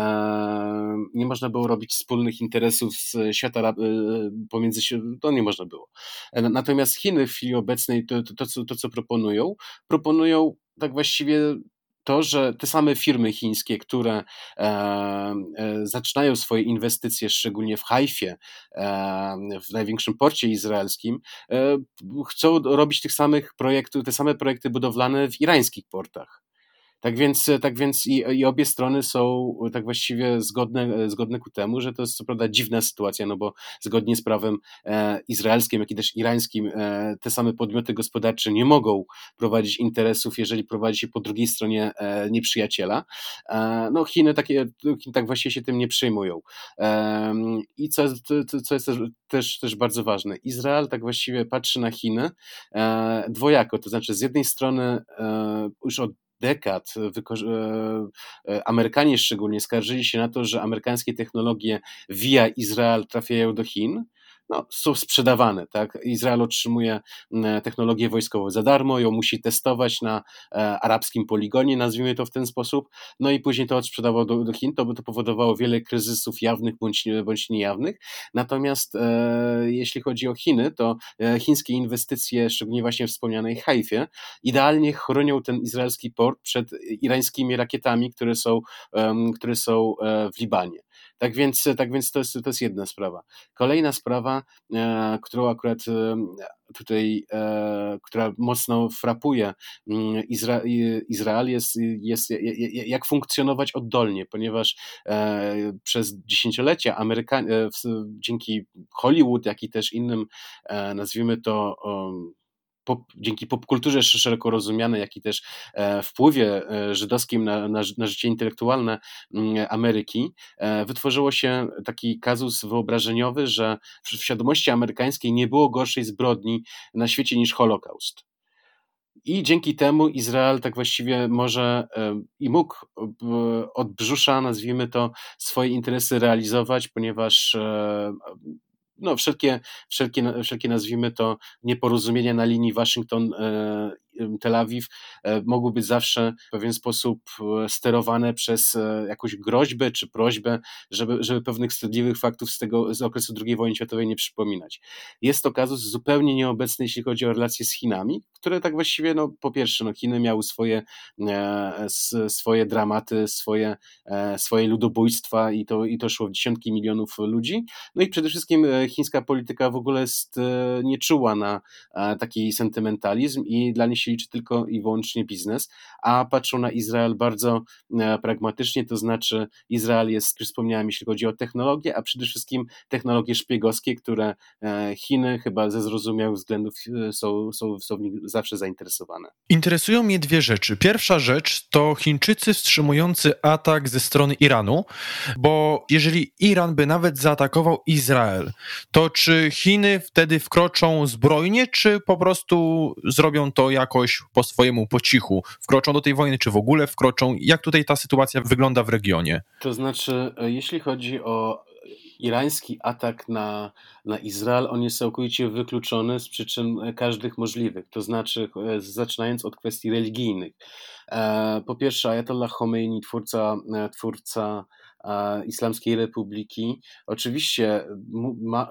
nie można było robić wspólnych interesów z świata pomiędzy, to nie można było. Natomiast Chiny w chwili obecnej to, to, to, co, to co proponują, proponują tak właściwie to, że te same firmy chińskie, które e, e, zaczynają swoje inwestycje, szczególnie w Hajfie, e, w największym porcie izraelskim, e, chcą robić tych samych projektów, te same projekty budowlane w irańskich portach. Tak więc, tak więc i, i obie strony są tak właściwie zgodne, zgodne ku temu, że to jest co prawda dziwna sytuacja, no bo zgodnie z prawem e, izraelskim, jak i też irańskim, e, te same podmioty gospodarcze nie mogą prowadzić interesów, jeżeli prowadzi się po drugiej stronie e, nieprzyjaciela. E, no Chiny takie, tak właściwie się tym nie przejmują. E, I co, co, co jest też, też, też bardzo ważne, Izrael tak właściwie patrzy na Chiny e, dwojako, to znaczy z jednej strony e, już od dekad Amerykanie szczególnie skarżyli się na to, że amerykańskie technologie via Izrael trafiają do Chin, no, są sprzedawane, tak? Izrael otrzymuje technologię wojskową za darmo, ją musi testować na e, arabskim poligonie, nazwijmy to w ten sposób, no i później to odsprzedawał do, do Chin, to by to powodowało wiele kryzysów jawnych bądź, bądź niejawnych, natomiast e, jeśli chodzi o Chiny, to e, chińskie inwestycje, szczególnie właśnie w wspomnianej Hajfie, idealnie chronią ten izraelski port przed irańskimi rakietami, które są, um, które są e, w Libanie. Tak więc, tak więc to, jest, to jest jedna sprawa. Kolejna sprawa, e, którą akurat e, tutaj, e, która mocno frapuje Izra, Izrael, jest, jest jak funkcjonować oddolnie, ponieważ e, przez dziesięciolecia Amerykanie, e, dzięki Hollywood, jak i też innym, e, nazwijmy to, um, Pop, dzięki popkulturze szeroko rozumianej, jak i też e, wpływie e, żydowskim na, na, na życie intelektualne m, Ameryki, e, wytworzyło się taki kazus wyobrażeniowy, że w, w świadomości amerykańskiej nie było gorszej zbrodni na świecie niż Holokaust. I dzięki temu Izrael tak właściwie może e, i mógł e, od brzusza, nazwijmy to, swoje interesy realizować, ponieważ e, no, wszelkie, wszelkie, wszelkie, nazwijmy to, nieporozumienia na linii Waszyngton-Tel Awiw mogły być zawsze w pewien sposób sterowane przez jakąś groźbę czy prośbę, żeby, żeby pewnych wstydliwych faktów z tego, z okresu drugiej wojny światowej nie przypominać. Jest to kazus zupełnie nieobecny, jeśli chodzi o relacje z Chinami, które tak właściwie, no, po pierwsze, no, Chiny miały swoje, e, swoje dramaty, swoje, e, swoje ludobójstwa i to, i to szło w dziesiątki milionów ludzi, no i przede wszystkim chińska polityka w ogóle jest nieczuła na taki sentymentalizm i dla niej się liczy tylko i wyłącznie biznes, a patrzą na Izrael bardzo pragmatycznie, to znaczy Izrael jest, już wspomniałem, jeśli chodzi o technologię, a przede wszystkim technologie szpiegowskie, które Chiny chyba ze zrozumiałych względów są, są, są w nich zawsze zainteresowane. Interesują mnie dwie rzeczy. Pierwsza rzecz to Chińczycy wstrzymujący atak ze strony Iranu, bo jeżeli Iran by nawet zaatakował Izrael, to czy Chiny wtedy wkroczą zbrojnie, czy po prostu zrobią to jakoś po swojemu, po cichu? Wkroczą do tej wojny, czy w ogóle wkroczą? Jak tutaj ta sytuacja wygląda w regionie? To znaczy, jeśli chodzi o irański atak na, na Izrael, on jest całkowicie wykluczony z przyczyn każdych możliwych, to znaczy zaczynając od kwestii religijnych. Po pierwsze, Ayatollah Khomeini, twórca, twórca Islamskiej Republiki, oczywiście ma,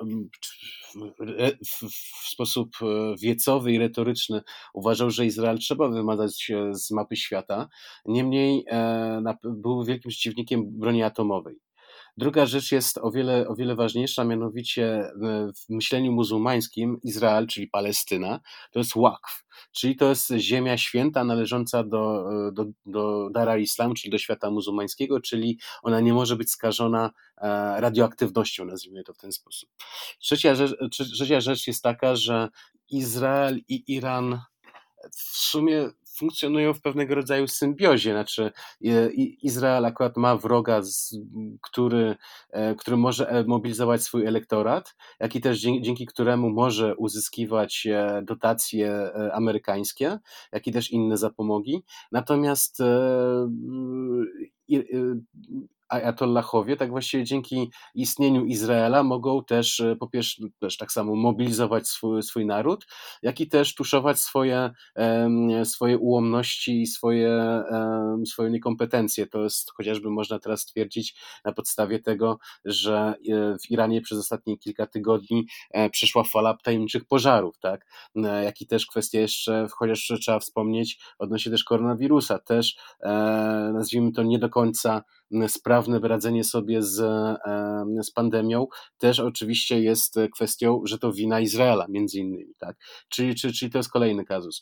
w sposób wiecowy i retoryczny uważał, że Izrael trzeba wymazać z mapy świata, niemniej był wielkim przeciwnikiem broni atomowej. Druga rzecz jest o wiele, o wiele ważniejsza, mianowicie w myśleniu muzułmańskim Izrael, czyli Palestyna, to jest Wakf, czyli to jest ziemia święta należąca do, do, do Dar al-Islam, czyli do świata muzułmańskiego, czyli ona nie może być skażona radioaktywnością, nazwijmy to w ten sposób. Trzecia rzecz, trzecia rzecz jest taka, że Izrael i Iran w sumie funkcjonują w pewnego rodzaju symbiozie, znaczy Izrael akurat ma wroga, który, który może mobilizować swój elektorat, jak i też dzięki, dzięki któremu może uzyskiwać dotacje amerykańskie, jak i też inne zapomogi. Natomiast ajatollahowie tak właściwie dzięki istnieniu Izraela mogą też po pierwsze też tak samo mobilizować swój, swój naród, jak i też tuszować swoje, swoje ułomności i swoje, swoje niekompetencje. To jest chociażby można teraz stwierdzić na podstawie tego, że w Iranie przez ostatnie kilka tygodni przyszła fala tajemniczych pożarów, tak? Jak i też kwestia jeszcze, chociaż trzeba wspomnieć odnośnie też koronawirusa, też nazwijmy to nie do końca sprawne radzenie sobie z, z pandemią, też oczywiście jest kwestią, że to wina Izraela między innymi, tak? Czyli, czyli, czyli to jest kolejny kazus.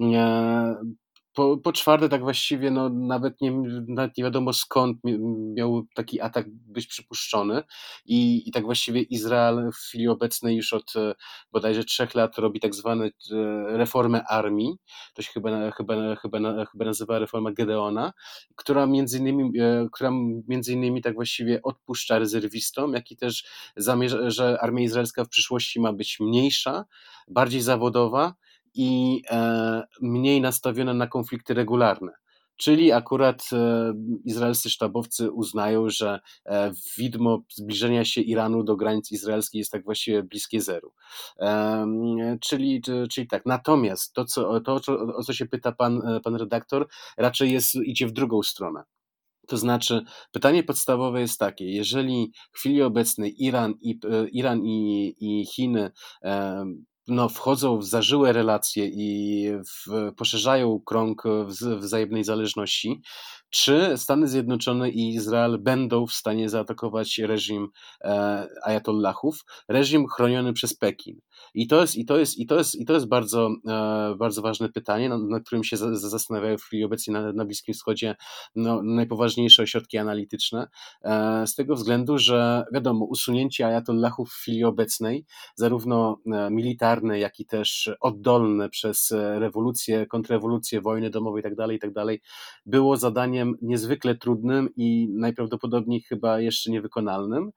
Po, po czwarte, tak właściwie no, nawet, nie, nawet nie wiadomo skąd miał taki atak być przypuszczony i, i tak właściwie Izrael w chwili obecnej już od bodajże trzech lat robi tak zwane reformę armii, to się chyba, chyba, chyba, chyba nazywa reforma Gedeona, która między innymi, która między innymi tak właściwie odpuszcza rezerwistom, jak i też zamierza, że armia izraelska w przyszłości ma być mniejsza, bardziej zawodowa i e, mniej nastawione na konflikty regularne. Czyli akurat e, izraelscy sztabowcy uznają, że e, widmo zbliżenia się Iranu do granic izraelskich jest tak właściwie bliskie zeru. E, czyli, czyli tak. Natomiast to, co, to o co się pyta pan, pan redaktor, raczej jest, idzie w drugą stronę. To znaczy, pytanie podstawowe jest takie, jeżeli w chwili obecnej Iran i, Iran i, i Chiny e, no, wchodzą w zażyłe relacje i w, poszerzają krąg wz, wzajemnej zależności, czy Stany Zjednoczone i Izrael będą w stanie zaatakować reżim e, ajatollahów, reżim chroniony przez Pekin. I to jest, i to jest, i to jest, i to jest bardzo, e, bardzo ważne pytanie, nad, nad którym się za, zastanawiają w chwili obecnej na, na Bliskim Wschodzie no, najpoważniejsze ośrodki analityczne, e, z tego względu, że wiadomo, usunięcie ajatollahów w chwili obecnej, zarówno e, militarne, jak i też oddolne przez rewolucję, kontrrewolucję, wojny domowe itd., itd., było zadaniem niezwykle trudnym i najprawdopodobniej chyba jeszcze niewykonalnym.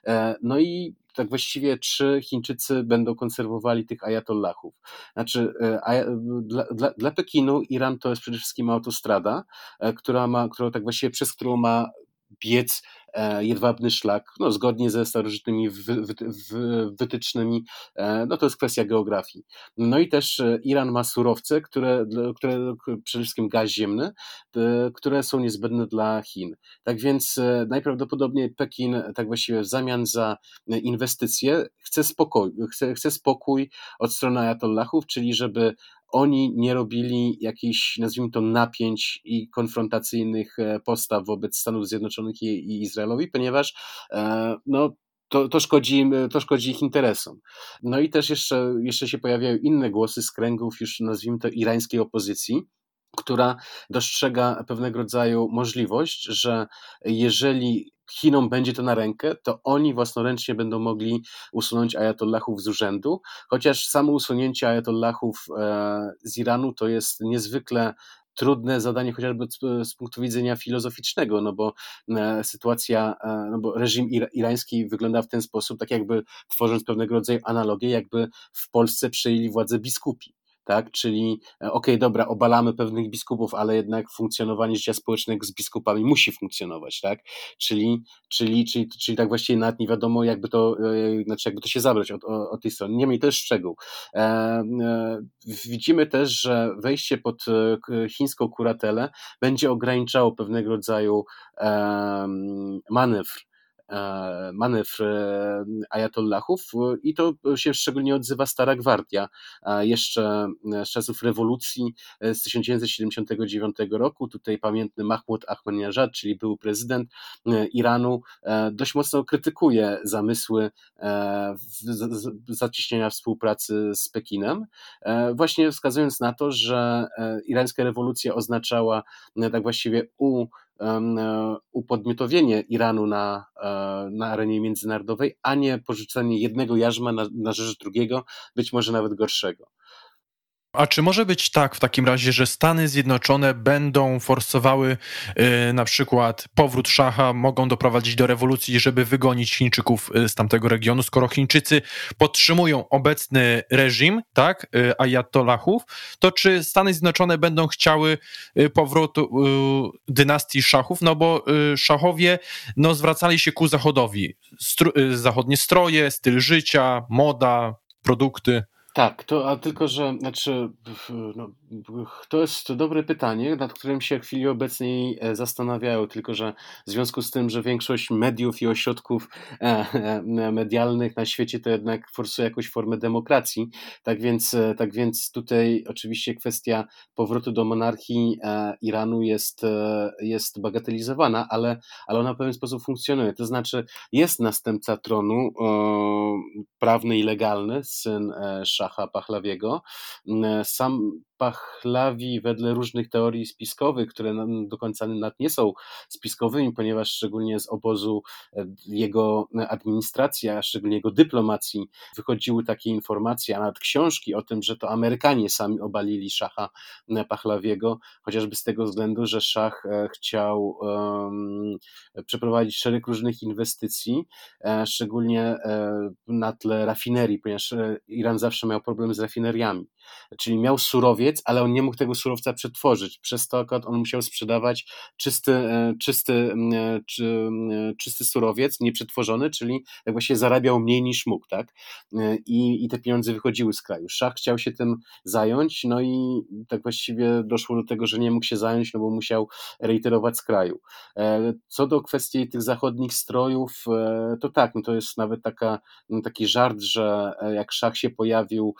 No i tak właściwie czy Chińczycy będą konserwowali tych ajatollahów. Znaczy dla, dla, dla Pekinu Iran to jest przede wszystkim autostrada, która ma, którą tak właściwie przez którą ma biec jedwabny szlak, no, zgodnie ze starożytnymi wy, wy, wy, wytycznymi, no to jest kwestia geografii. No i też Iran ma surowce, które, które przede wszystkim gaz ziemny, które są niezbędne dla Chin. Tak więc najprawdopodobniej Pekin tak właściwie w zamian za inwestycje chce spokój, chce, chce spokój od strony ajatollahów, czyli żeby oni nie robili jakichś, nazwijmy to, napięć i konfrontacyjnych postaw wobec Stanów Zjednoczonych i, i Izraelowi, ponieważ no, to, to, szkodzi, to szkodzi ich interesom. No i też jeszcze, jeszcze się pojawiają inne głosy z kręgów już, nazwijmy to, irańskiej opozycji, która dostrzega pewnego rodzaju możliwość, że jeżeli Chinom będzie to na rękę, to oni własnoręcznie będą mogli usunąć ajatollahów z urzędu, chociaż samo usunięcie ajatollahów z Iranu to jest niezwykle trudne zadanie chociażby z punktu widzenia filozoficznego, no bo sytuacja, no bo reżim irański wygląda w ten sposób, tak jakby tworząc pewnego rodzaju analogię, jakby w Polsce przejęli władzę biskupi. Tak, czyli okej, okay, dobra, obalamy pewnych biskupów, ale jednak funkcjonowanie życia społecznego z biskupami musi funkcjonować, tak? Czyli, czyli, czyli, czyli tak właściwie nawet nie wiadomo, jakby to, znaczy jakby to się zabrać od, od tej strony. Niemniej to jest szczegół. E, e, widzimy też, że wejście pod chińską kuratelę będzie ograniczało pewnego rodzaju e, manewr manewr ajatollahów i to się szczególnie odzywa Stara Gwardia. Jeszcze z czasów rewolucji z tysiąc dziewięćset siedemdziesiątego dziewiątego roku, tutaj pamiętny Mahmud Ahmadinejad, czyli były prezydent Iranu, dość mocno krytykuje zamysły zacieśnienia współpracy z Pekinem, właśnie wskazując na to, że irańska rewolucja oznaczała tak właściwie u upodmiotowienie Iranu na, na arenie międzynarodowej, a nie porzucenie jednego jarzma na, na rzecz drugiego, być może nawet gorszego. A czy może być tak w takim razie, że Stany Zjednoczone będą forsowały y, na przykład powrót szacha, mogą doprowadzić do rewolucji, żeby wygonić Chińczyków y, z tamtego regionu, skoro Chińczycy podtrzymują obecny reżim, tak, y, ajatollahów, to czy Stany Zjednoczone będą chciały y, powrotu y, dynastii szachów, no bo y, szachowie no, zwracali się ku zachodowi, Stru- y, zachodnie stroje, styl życia, moda, produkty. Tak, to, a tylko, że znaczy, no, to jest dobre pytanie, nad którym się w chwili obecnej e, zastanawiają, tylko że w związku z tym, że większość mediów i ośrodków e, e, medialnych na świecie to jednak forsuje jakąś formę demokracji, tak więc, e, tak więc tutaj oczywiście kwestia powrotu do monarchii e, Iranu jest, e, jest bagatelizowana, ale, ale ona w pewien sposób funkcjonuje, to znaczy jest następca tronu e, prawny i legalny, syn e, Szacha Pahlawiego. Sam Pahlawi wedle różnych teorii spiskowych, które do końca nawet nie są spiskowymi, ponieważ szczególnie z obozu jego administracji, a szczególnie jego dyplomacji wychodziły takie informacje, a nawet książki o tym, że to Amerykanie sami obalili Szacha Pahlawiego, chociażby z tego względu, że Szach chciał um, przeprowadzić szereg różnych inwestycji, szczególnie na tle rafinerii, ponieważ Iran zawsze miał problem z rafineriami, czyli miał surowiec, ale on nie mógł tego surowca przetworzyć, przez to akurat on musiał sprzedawać czysty, czysty, czy, czysty surowiec, nieprzetworzony, czyli jak właściwie zarabiał mniej niż mógł, tak? I, i te pieniądze wychodziły z kraju. Szach chciał się tym zająć, no i tak właściwie doszło do tego, że nie mógł się zająć, no bo musiał rejterować z kraju. Co do kwestii tych zachodnich strojów, to tak, no to jest nawet taka, no taki żart, że jak Szach się pojawił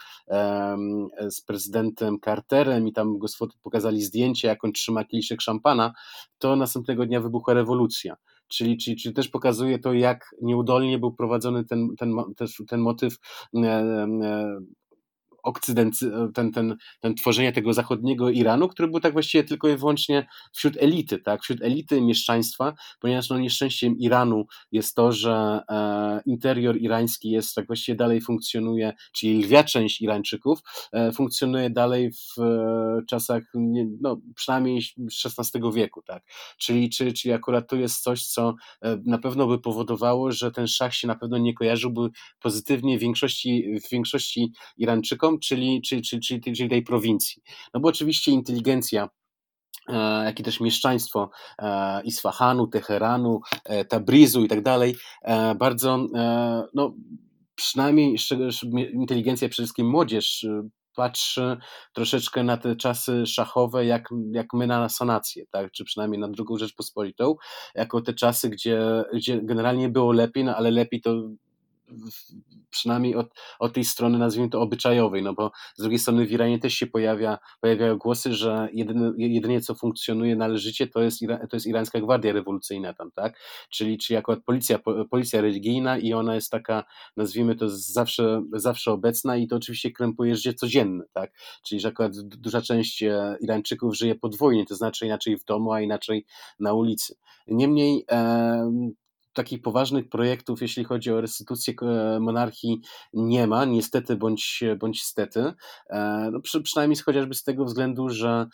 z prezydentem Carterem i tam go pokazali zdjęcie, jak on trzyma kieliszek szampana, to następnego dnia wybuchła rewolucja. Czyli, czyli, czyli też pokazuje to, jak nieudolnie był prowadzony ten, ten, ten, ten motyw e, e, okcydency, ten, ten, ten tworzenie tego zachodniego Iranu, który był tak właściwie tylko i wyłącznie wśród elity, tak, wśród elity mieszczaństwa, ponieważ no nieszczęściem Iranu jest to, że e, interior irański jest tak właściwie dalej funkcjonuje, czyli lwia część Irańczyków e, funkcjonuje dalej w e, czasach, nie, no przynajmniej szesnastego wieku, tak, czyli, czyli, czyli akurat to jest coś, co e, na pewno by powodowało, że ten szach się na pewno nie kojarzyłby pozytywnie w większości, w większości Irańczykom, Czyli, czyli, czyli, czyli, czyli tej prowincji. No bo oczywiście inteligencja, e, jak i też mieszczaństwo e, Isfahanu, Teheranu, e, Tabrizu i tak dalej, e, bardzo, e, no przynajmniej inteligencja, przede wszystkim młodzież, patrzy troszeczkę na te czasy szachowe, jak, jak my na sanację, tak? Czy przynajmniej na drugą Rzeczpospolitą, jako te czasy, gdzie, gdzie generalnie było lepiej, no ale lepiej to przynajmniej od, od tej strony, nazwijmy to, obyczajowej, no bo z drugiej strony w Iranie też się pojawia, pojawiają głosy, że jedyne, jedynie co funkcjonuje należycie, to jest, to jest irańska gwardia rewolucyjna tam, tak? Czyli, czyli akurat policja, policja religijna i ona jest taka, nazwijmy to, zawsze, zawsze obecna i to oczywiście krępuje życie codzienne, tak? Czyli, że akurat duża część Irańczyków żyje podwójnie, to znaczy inaczej w domu, a inaczej na ulicy. Niemniej e, takich poważnych projektów, jeśli chodzi o restytucję monarchii, nie ma, niestety bądź, bądź stety. No, przy, przynajmniej chociażby z tego względu, że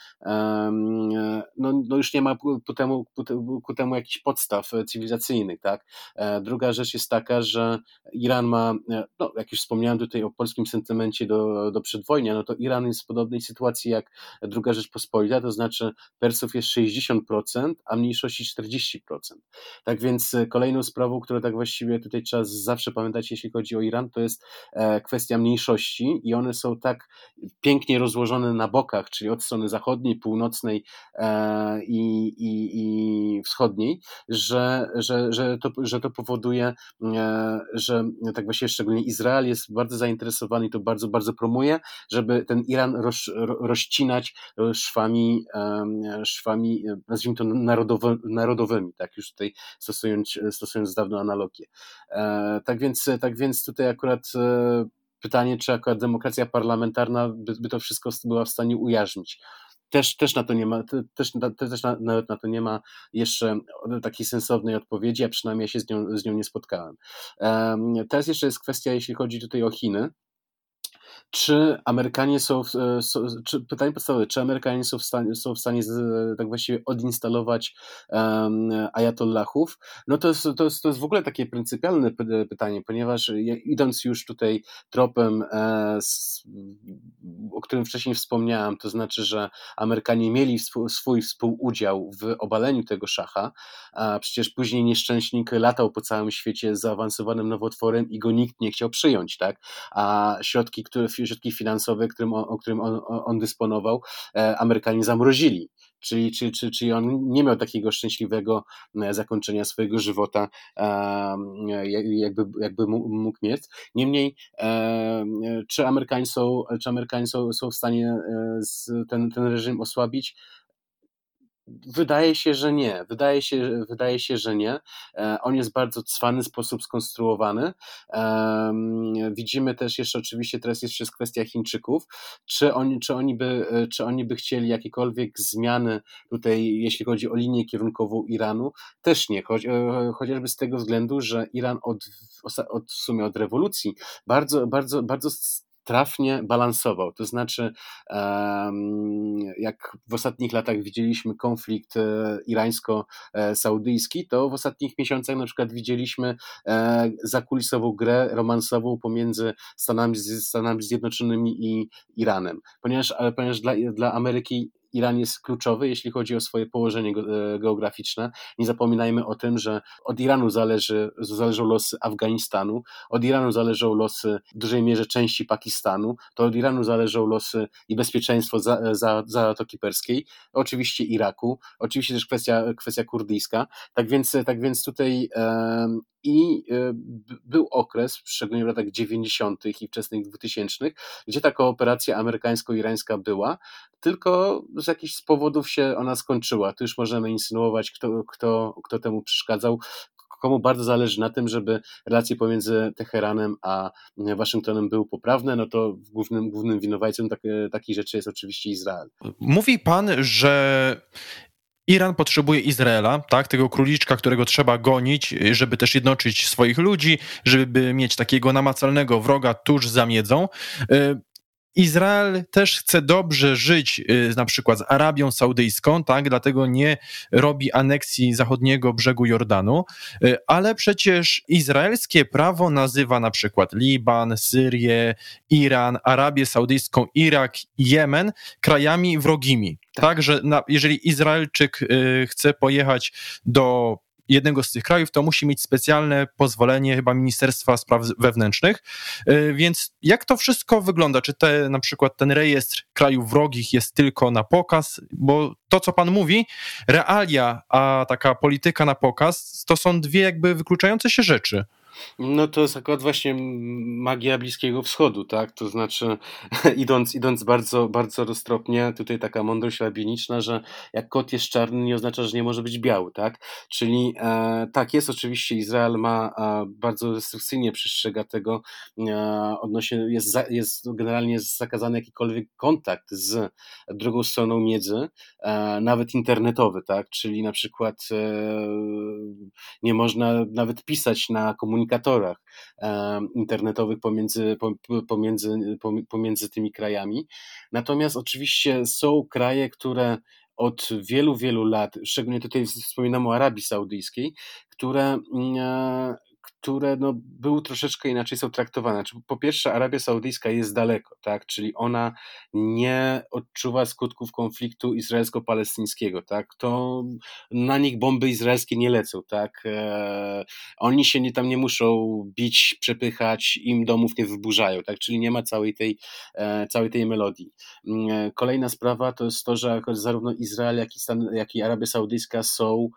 no, no już nie ma ku temu, ku temu jakichś podstaw cywilizacyjnych. Tak? Druga rzecz jest taka, że Iran ma, no, jak już wspomniałem tutaj o polskim sentymencie do, do przedwojnia, no to Iran jest w podobnej sytuacji jak druga Rzeczpospolita, to znaczy Persów jest sześćdziesiąt procent, a mniejszości czterdzieści procent. Tak więc kolejny Kolejną sprawą, którą tak właściwie tutaj trzeba zawsze pamiętać, jeśli chodzi o Iran, to jest kwestia mniejszości i one są tak pięknie rozłożone na bokach, czyli od strony zachodniej, północnej i, i, i wschodniej, że, że, że, to, że to powoduje, że tak właściwie szczególnie Izrael jest bardzo zainteresowany i to bardzo, bardzo promuje, żeby ten Iran roz, rozcinać szwami, szwami, nazwijmy to narodowy, narodowymi, tak już tutaj stosując stosując dawną analogię. E, tak, więc, tak więc tutaj akurat e, pytanie, czy akurat demokracja parlamentarna by, by to wszystko była w stanie ujarzmić. Też, też na to nie ma, też, też na, nawet na to nie ma jeszcze takiej sensownej odpowiedzi, a przynajmniej ja się z nią, z nią nie spotkałem. E, teraz jeszcze jest kwestia, jeśli chodzi tutaj o Chiny. Czy Amerykanie są, w- e, są czy, pytanie podstawowe, czy Amerykanie są w stanie, są w stanie z, tak właściwie odinstalować um, ajatollahów? No to jest, to, jest, to jest w ogóle takie pryncypialne py- pytanie, ponieważ ja- idąc już tutaj tropem, e, s, o którym wcześniej wspomniałem, to znaczy, że Amerykanie mieli swój, swój współudział w obaleniu tego szacha, a przecież później nieszczęśnik latał po całym świecie z zaawansowanym nowotworem i go nikt nie chciał przyjąć, tak? A środki, które, środki finansowe, którym on, o którym on, on dysponował, e, Amerykanie zamrozili. Czyli, czyli, czyli, czyli on nie miał takiego szczęśliwego e, zakończenia swojego żywota, e, jakby, jakby mógł mieć. Niemniej, e, czy Amerykanie są, czy Amerykanie są, są w stanie e, z, ten, ten reżim osłabić? Wydaje się, że nie. Wydaje się, wydaje się, że nie. E, On jest w bardzo cwany sposób skonstruowany. Em, Widzimy też jeszcze, oczywiście teraz jest jeszcze kwestia Chińczyków. Czy oni, czy oni by, e, czy oni by chcieli jakiekolwiek zmiany tutaj, jeśli chodzi o linię kierunkową Iranu? Też nie. Choć, e, chociażby z tego względu, że Iran od, od w sumie od rewolucji bardzo, bardzo, bardzo trafnie balansował. To znaczy, jak w ostatnich latach widzieliśmy konflikt irańsko-saudyjski, to w ostatnich miesiącach na przykład widzieliśmy zakulisową grę romansową pomiędzy Stanami, Stanami Zjednoczonymi i Iranem. Ponieważ, ponieważ dla, dla Ameryki Iran jest kluczowy, jeśli chodzi o swoje położenie geograficzne. Nie zapominajmy o tym, że od Iranu zależy, zależą losy Afganistanu, od Iranu zależą losy w dużej mierze części Pakistanu, to od Iranu zależą losy i bezpieczeństwo za, za, Zatoki Perskiej, oczywiście Iraku, oczywiście też kwestia, kwestia kurdyjska. Tak więc, tak więc tutaj um, i y, był okres, szczególnie w latach dziewięćdziesiątych i wczesnych dwutysięcznych, gdzie ta kooperacja amerykańsko-irańska była, tylko z jakichś powodów się ona skończyła. Tu już możemy insynuować, kto, kto, kto temu przeszkadzał, komu bardzo zależy na tym, żeby relacje pomiędzy Teheranem a Waszyngtonem były poprawne, no to głównym, głównym winowajcą tak, takiej rzeczy jest oczywiście Izrael. Mówi pan, że Iran potrzebuje Izraela, tak, tego króliczka, którego trzeba gonić, żeby też jednoczyć swoich ludzi, żeby mieć takiego namacalnego wroga tuż za miedzą. Izrael też chce dobrze żyć na przykład z Arabią Saudyjską, tak, dlatego nie robi aneksji zachodniego brzegu Jordanu, ale przecież izraelskie prawo nazywa na przykład Liban, Syrię, Iran, Arabię Saudyjską, Irak, Jemen krajami wrogimi. Tak, tak że na, jeżeli Izraelczyk y, chce pojechać do jednego z tych krajów, to musi mieć specjalne pozwolenie chyba Ministerstwa Spraw Wewnętrznych. Więc jak to wszystko wygląda? Czy te, na przykład ten rejestr krajów wrogich jest tylko na pokaz? Bo to, co pan mówi, realia, a taka polityka na pokaz, to są dwie jakby wykluczające się rzeczy. No to jest akurat właśnie magia Bliskiego Wschodu, tak? To znaczy idąc, idąc bardzo, bardzo roztropnie, tutaj taka mądrość rabiniczna, że jak kot jest czarny, nie oznacza, że nie może być biały, tak? Czyli e, tak jest, oczywiście Izrael ma e, bardzo restrykcyjnie przestrzega tego, e, odnośnie, jest, za, jest generalnie zakazany jakikolwiek kontakt z drugą stroną miedzy, e, nawet internetowy, tak? Czyli na przykład e, nie można nawet pisać na komunikatorach e, internetowych pomiędzy, pomiędzy, pomiędzy tymi krajami. Natomiast oczywiście są kraje, które od wielu, wielu lat, szczególnie tutaj wspominam o Arabii Saudyjskiej, które e, które no, były troszeczkę inaczej są traktowane. Po pierwsze, Arabia Saudyjska jest daleko, tak? Czyli ona nie odczuwa skutków konfliktu izraelsko-palestyńskiego, tak? To na nich bomby izraelskie nie lecą, tak? E, oni się nie, tam nie muszą bić, przepychać, im domów nie wyburzają, tak? Czyli nie ma całej tej, e, całej tej melodii. E, kolejna sprawa to jest to, że zarówno Izrael, jak i, Stan, jak i Arabia Saudyjska są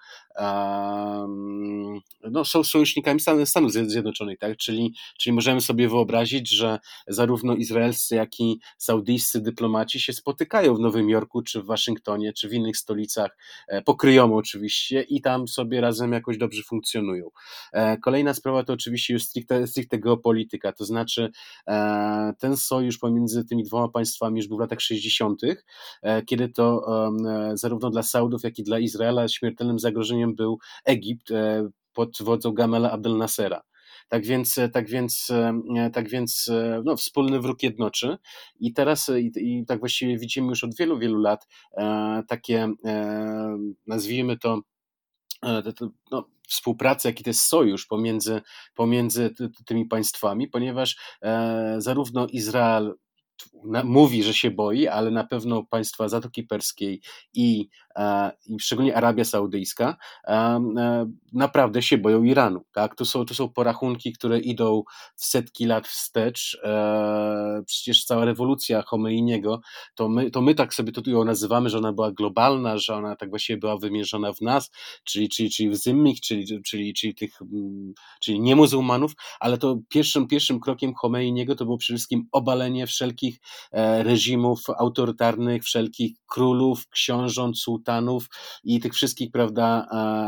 Um, no, są sojusznikami Stanów, Stanów Zjednoczonych, tak? Czyli, czyli możemy sobie wyobrazić, że zarówno izraelscy, jak i saudyjscy dyplomaci się spotykają w Nowym Jorku, czy w Waszyngtonie, czy w innych stolicach, e, pokryjomu oczywiście i tam sobie razem jakoś dobrze funkcjonują. E, kolejna sprawa to oczywiście już stricte, stricte geopolityka, to znaczy e, ten sojusz pomiędzy tymi dwoma państwami już był w latach sześćdziesiątych, e, kiedy to e, zarówno dla Saudów, jak i dla Izraela śmiertelnym zagrożeniem był Egipt pod wodzą Gamala Abdel Nassera. Tak więc, tak więc, tak więc no, wspólny wróg jednoczy i teraz i, i tak właściwie widzimy już od wielu, wielu lat e, takie, e, nazwijmy to, e, to no, współpracę, jaki to jest sojusz pomiędzy, pomiędzy ty, tymi państwami, ponieważ e, zarówno Izrael na, mówi, że się boi, ale na pewno państwa Zatoki Perskiej i, e, i szczególnie Arabia Saudyjska e, e, naprawdę się boją Iranu. Tak? To są, to są porachunki, które idą w setki lat wstecz. E, przecież cała rewolucja Chomeiniego, to my, to my tak sobie to ją nazywamy, że ona była globalna, że ona tak właściwie była wymierzona w nas, czyli, czyli, czyli w Zymmich, czyli, czyli, czyli tych czyli nie muzułmanów, ale to pierwszym, pierwszym krokiem Chomeiniego to było przede wszystkim obalenie wszelkich reżimów autorytarnych, wszelkich królów, książąt, sułtanów i tych wszystkich, prawda,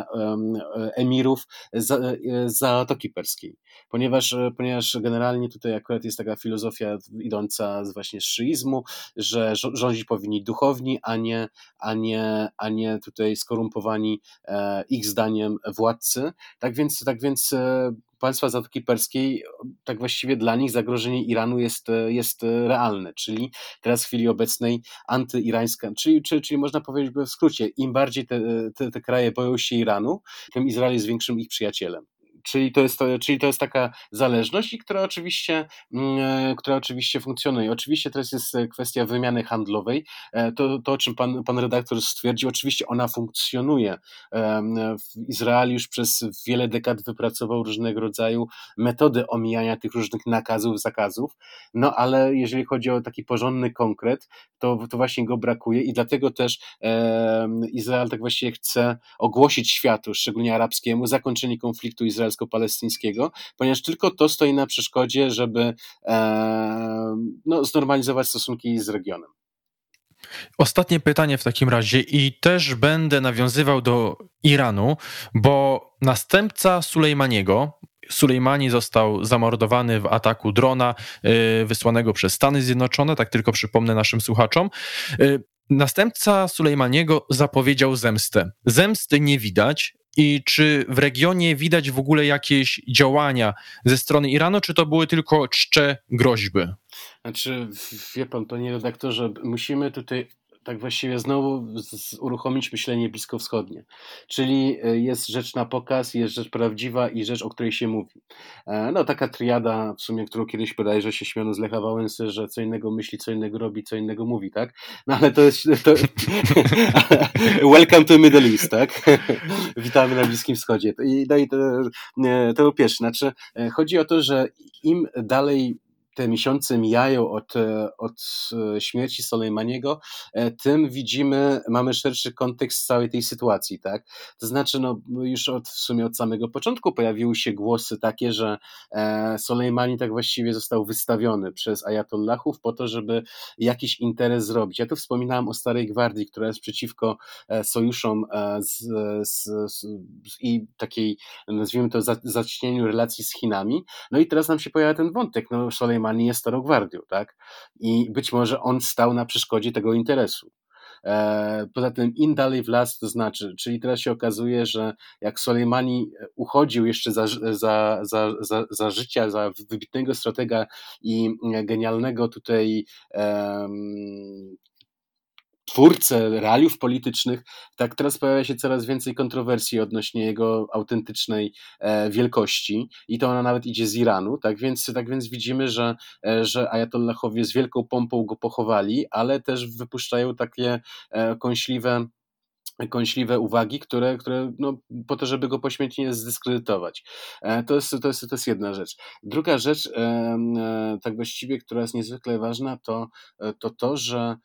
emirów z Zatoki Perskiej. Ponieważ, ponieważ generalnie tutaj akurat jest taka filozofia idąca z właśnie z szyizmu, że rządzić powinni duchowni, a nie, a nie, a nie tutaj skorumpowani ich zdaniem władcy. Tak więc, tak więc państwa Zatoki Perskiej, tak właściwie dla nich zagrożenie Iranu jest, jest realne, czyli teraz w chwili obecnej antyirańska, czyli, czyli, czyli można powiedzieć w skrócie, im bardziej te, te, te kraje boją się Iranu, tym Izrael jest większym ich przyjacielem. Czyli to jest, to, czyli to jest taka zależność, i która oczywiście, która oczywiście funkcjonuje. Oczywiście teraz jest kwestia wymiany handlowej. To, to o czym pan, pan redaktor stwierdził, oczywiście ona funkcjonuje. Izrael już przez wiele dekad wypracował różnego rodzaju metody omijania tych różnych nakazów, zakazów, no ale jeżeli chodzi o taki porządny konkret, to, to właśnie go brakuje i dlatego też e, Izrael tak właściwie chce ogłosić światu, szczególnie arabskiemu, zakończenie konfliktu izraelsko-palestyńskiego, ponieważ tylko to stoi na przeszkodzie, żeby e, no, znormalizować stosunki z regionem. Ostatnie pytanie w takim razie i też będę nawiązywał do Iranu, bo następca Sulejmaniego, Sulejmani został zamordowany w ataku drona y, wysłanego przez Stany Zjednoczone, tak tylko przypomnę naszym słuchaczom. Y, następca Sulejmaniego zapowiedział zemstę. Zemsty nie widać. I czy w regionie widać w ogóle jakieś działania ze strony Iranu, czy to były tylko czcze groźby? Znaczy, wie pan, panie redaktorze, musimy tutaj tak właściwie znowu uruchomić myślenie bliskowschodnie. Czyli jest rzecz na pokaz, jest rzecz prawdziwa i rzecz, o której się mówi. No taka triada, w sumie, którą kiedyś bodajże się śmiano z Lecha Wałęsy, że co innego myśli, co innego robi, co innego mówi, tak? No ale to jest... To... Welcome to Middle East, tak? Witamy na Bliskim Wschodzie. I, no i to, to po pierwsze, znaczy chodzi o to, że im dalej te miesiące mijają od, od śmierci Sulejmaniego, tym widzimy, mamy szerszy kontekst całej tej sytuacji, tak? To znaczy, no już od, w sumie od samego początku pojawiły się głosy takie, że Sulejmani tak właściwie został wystawiony przez ajatollahów po to, żeby jakiś interes zrobić. Ja tu wspominałem o Starej Gwardii, która jest przeciwko sojuszom z, z, z, i takiej, nazwijmy to, zacieśnieniu relacji z Chinami. No i teraz nam się pojawia ten wątek, no Sulejmani jest Starą Gwardią, tak? I być może on stał na przeszkodzie tego interesu. E, poza tym im dalej w las, to znaczy, czyli teraz się okazuje, że jak Sulejmani uchodził jeszcze za, za, za, za, za życia, za wybitnego stratega i genialnego tutaj um, twórcę realiów politycznych, tak teraz pojawia się coraz więcej kontrowersji odnośnie jego autentycznej e, wielkości i to ona nawet idzie z Iranu, tak więc, tak więc widzimy, że, e, że ajatollahowie z wielką pompą go pochowali, ale też wypuszczają takie e, kąśliwe kąśliwe uwagi, które, które no, po to, żeby go pośmiertnie zdyskredytować. E, to, jest, to, jest, to jest jedna rzecz. Druga rzecz, e, e, tak właściwie, która jest niezwykle ważna, to to, to że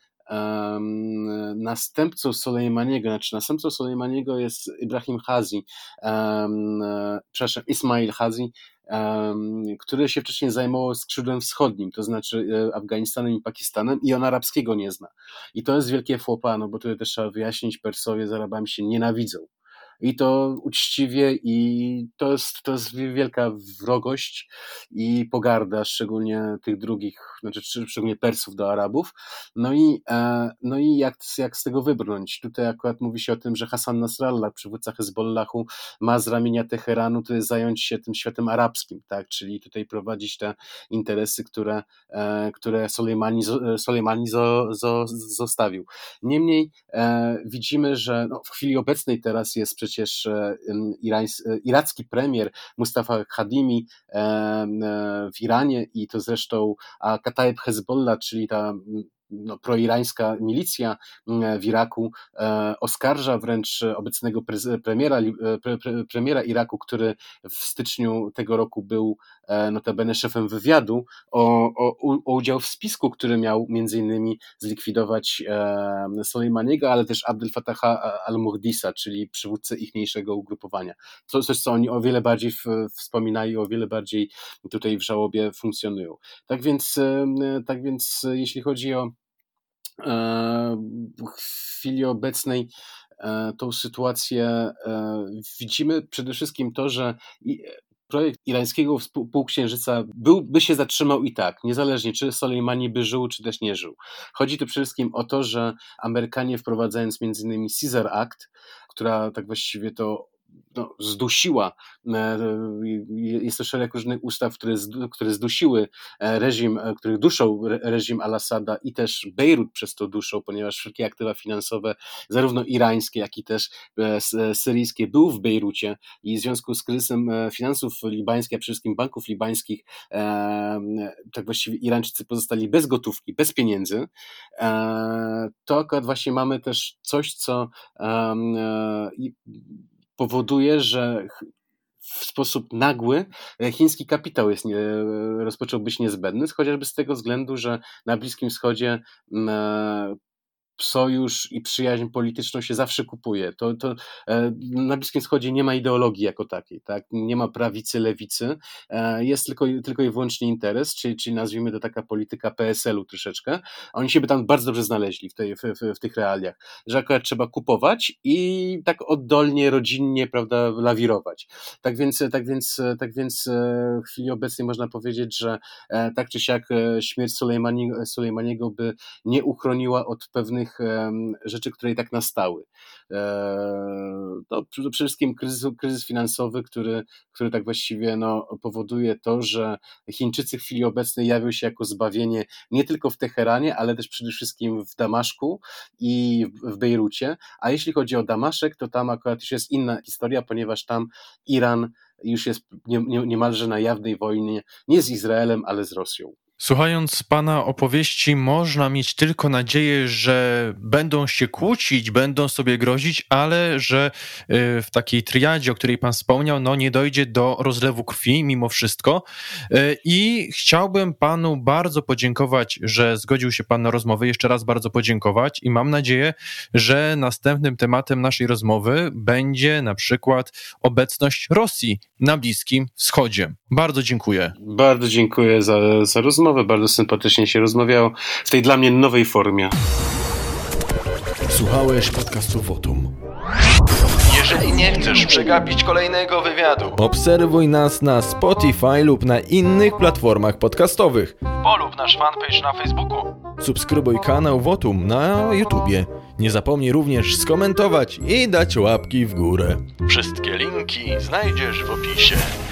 Um, następcą Sulejmaniego, znaczy następcą Sulejmaniego jest Ibrahim Hazi, um, przepraszam, Ismail Hazi, um, który się wcześniej zajmował skrzydłem wschodnim, to znaczy e, Afganistanem i Pakistanem i on arabskiego nie zna. I to jest wielkie faux pas, no bo tutaj też trzeba wyjaśnić, Persowie z Arabami się nienawidzą. i to uczciwie i to jest, to jest wielka wrogość i pogarda, szczególnie tych drugich, znaczy szczególnie Persów do Arabów. No i, no i jak, jak z tego wybrnąć? Tutaj akurat mówi się o tym, że Hassan Nasrallah, przywódca Hezbollahu, ma z ramienia Teheranu tutaj zająć się tym światem arabskim, tak? Czyli tutaj prowadzić te interesy, które, które Sulejmani, Sulejmani zo, zo, zostawił. Niemniej e, widzimy, że no, w chwili obecnej teraz jest przecież e, irańs, e, iracki premier Mustafa Khadimi e, e, w Iranie i to zresztą a Kataib Hezbollah, czyli ta no, proirańska milicja w Iraku e, oskarża wręcz obecnego pre, premiera, pre, pre, premiera Iraku, który w styczniu tego roku był e, notabene szefem wywiadu, o, o, o udział w spisku, który miał między innymi zlikwidować e, Sulejmaniego, ale też Abdel Fattaha al-Muhdisa, czyli przywódcę ichniejszego ugrupowania. To coś, co oni o wiele bardziej w, wspominają, o wiele bardziej tutaj w żałobie funkcjonują. Tak więc, e, tak więc jeśli chodzi o w chwili obecnej tą sytuację widzimy przede wszystkim to, że projekt irańskiego półksiężyca był, by się zatrzymał i tak, niezależnie czy Sulejmani by żył, czy też nie żył. Chodzi tu przede wszystkim o to, że Amerykanie wprowadzając między innymi Caesar Act, która tak właściwie to no, zdusiła, jest to szereg różnych ustaw, które, które zdusiły reżim, które duszą reżim Al-Assada i też Bejrut przez to duszą, ponieważ wszelkie aktywa finansowe, zarówno irańskie, jak i też syryjskie były w Bejrucie i w związku z kryzysem finansów libańskich, a przede wszystkim banków libańskich, tak właściwie Irańczycy pozostali bez gotówki, bez pieniędzy. To akurat właśnie mamy też coś, co powoduje, że w sposób nagły chiński kapitał jest nie, rozpoczął być niezbędny, chociażby z tego względu, że na Bliskim Wschodzie e, sojusz i przyjaźń polityczną się zawsze kupuje. To, to e, na Bliskim Wschodzie nie ma ideologii jako takiej, tak? Nie ma prawicy, lewicy, e, jest tylko, tylko i wyłącznie interes, czyli, czyli nazwijmy to taka polityka P S L u troszeczkę. Oni się by tam bardzo dobrze znaleźli w, tej, w, w, w tych realiach, że akurat trzeba kupować i tak oddolnie, rodzinnie, prawda, lawirować. Tak więc, tak więc, tak więc w chwili obecnej można powiedzieć, że e, tak czy siak śmierć Sulejmani, Sulejmaniego by nie uchroniła od pewnych rzeczy, które i tak nastały. To przede wszystkim kryzys, kryzys finansowy, który, który tak właściwie no, powoduje to, że Chińczycy w chwili obecnej jawią się jako zbawienie nie tylko w Teheranie, ale też przede wszystkim w Damaszku i w Bejrucie. A jeśli chodzi o Damaszek, to tam akurat już jest inna historia, ponieważ tam Iran już jest nie, nie, niemalże na jawnej wojnie nie z Izraelem, ale z Rosją. Słuchając pana opowieści, można mieć tylko nadzieję, że będą się kłócić, będą sobie grozić, ale że w takiej triadzie, o której pan wspomniał, no nie dojdzie do rozlewu krwi mimo wszystko. I chciałbym panu bardzo podziękować, że zgodził się pan na rozmowę. Jeszcze raz bardzo podziękować i mam nadzieję, że następnym tematem naszej rozmowy będzie na przykład obecność Rosji na Bliskim Wschodzie. Bardzo dziękuję. Bardzo dziękuję za, za rozmowę. Bardzo sympatycznie się rozmawiało w tej dla mnie nowej formie. Słuchałeś podcastu Votum. Jeżeli nie chcesz przegapić kolejnego wywiadu, obserwuj nas na Spotify lub na innych platformach podcastowych. polub nasz fanpage na Facebooku. Subskrybuj kanał Votum na YouTubie. Nie zapomnij również skomentować i dać łapki w górę. Wszystkie linki znajdziesz w opisie.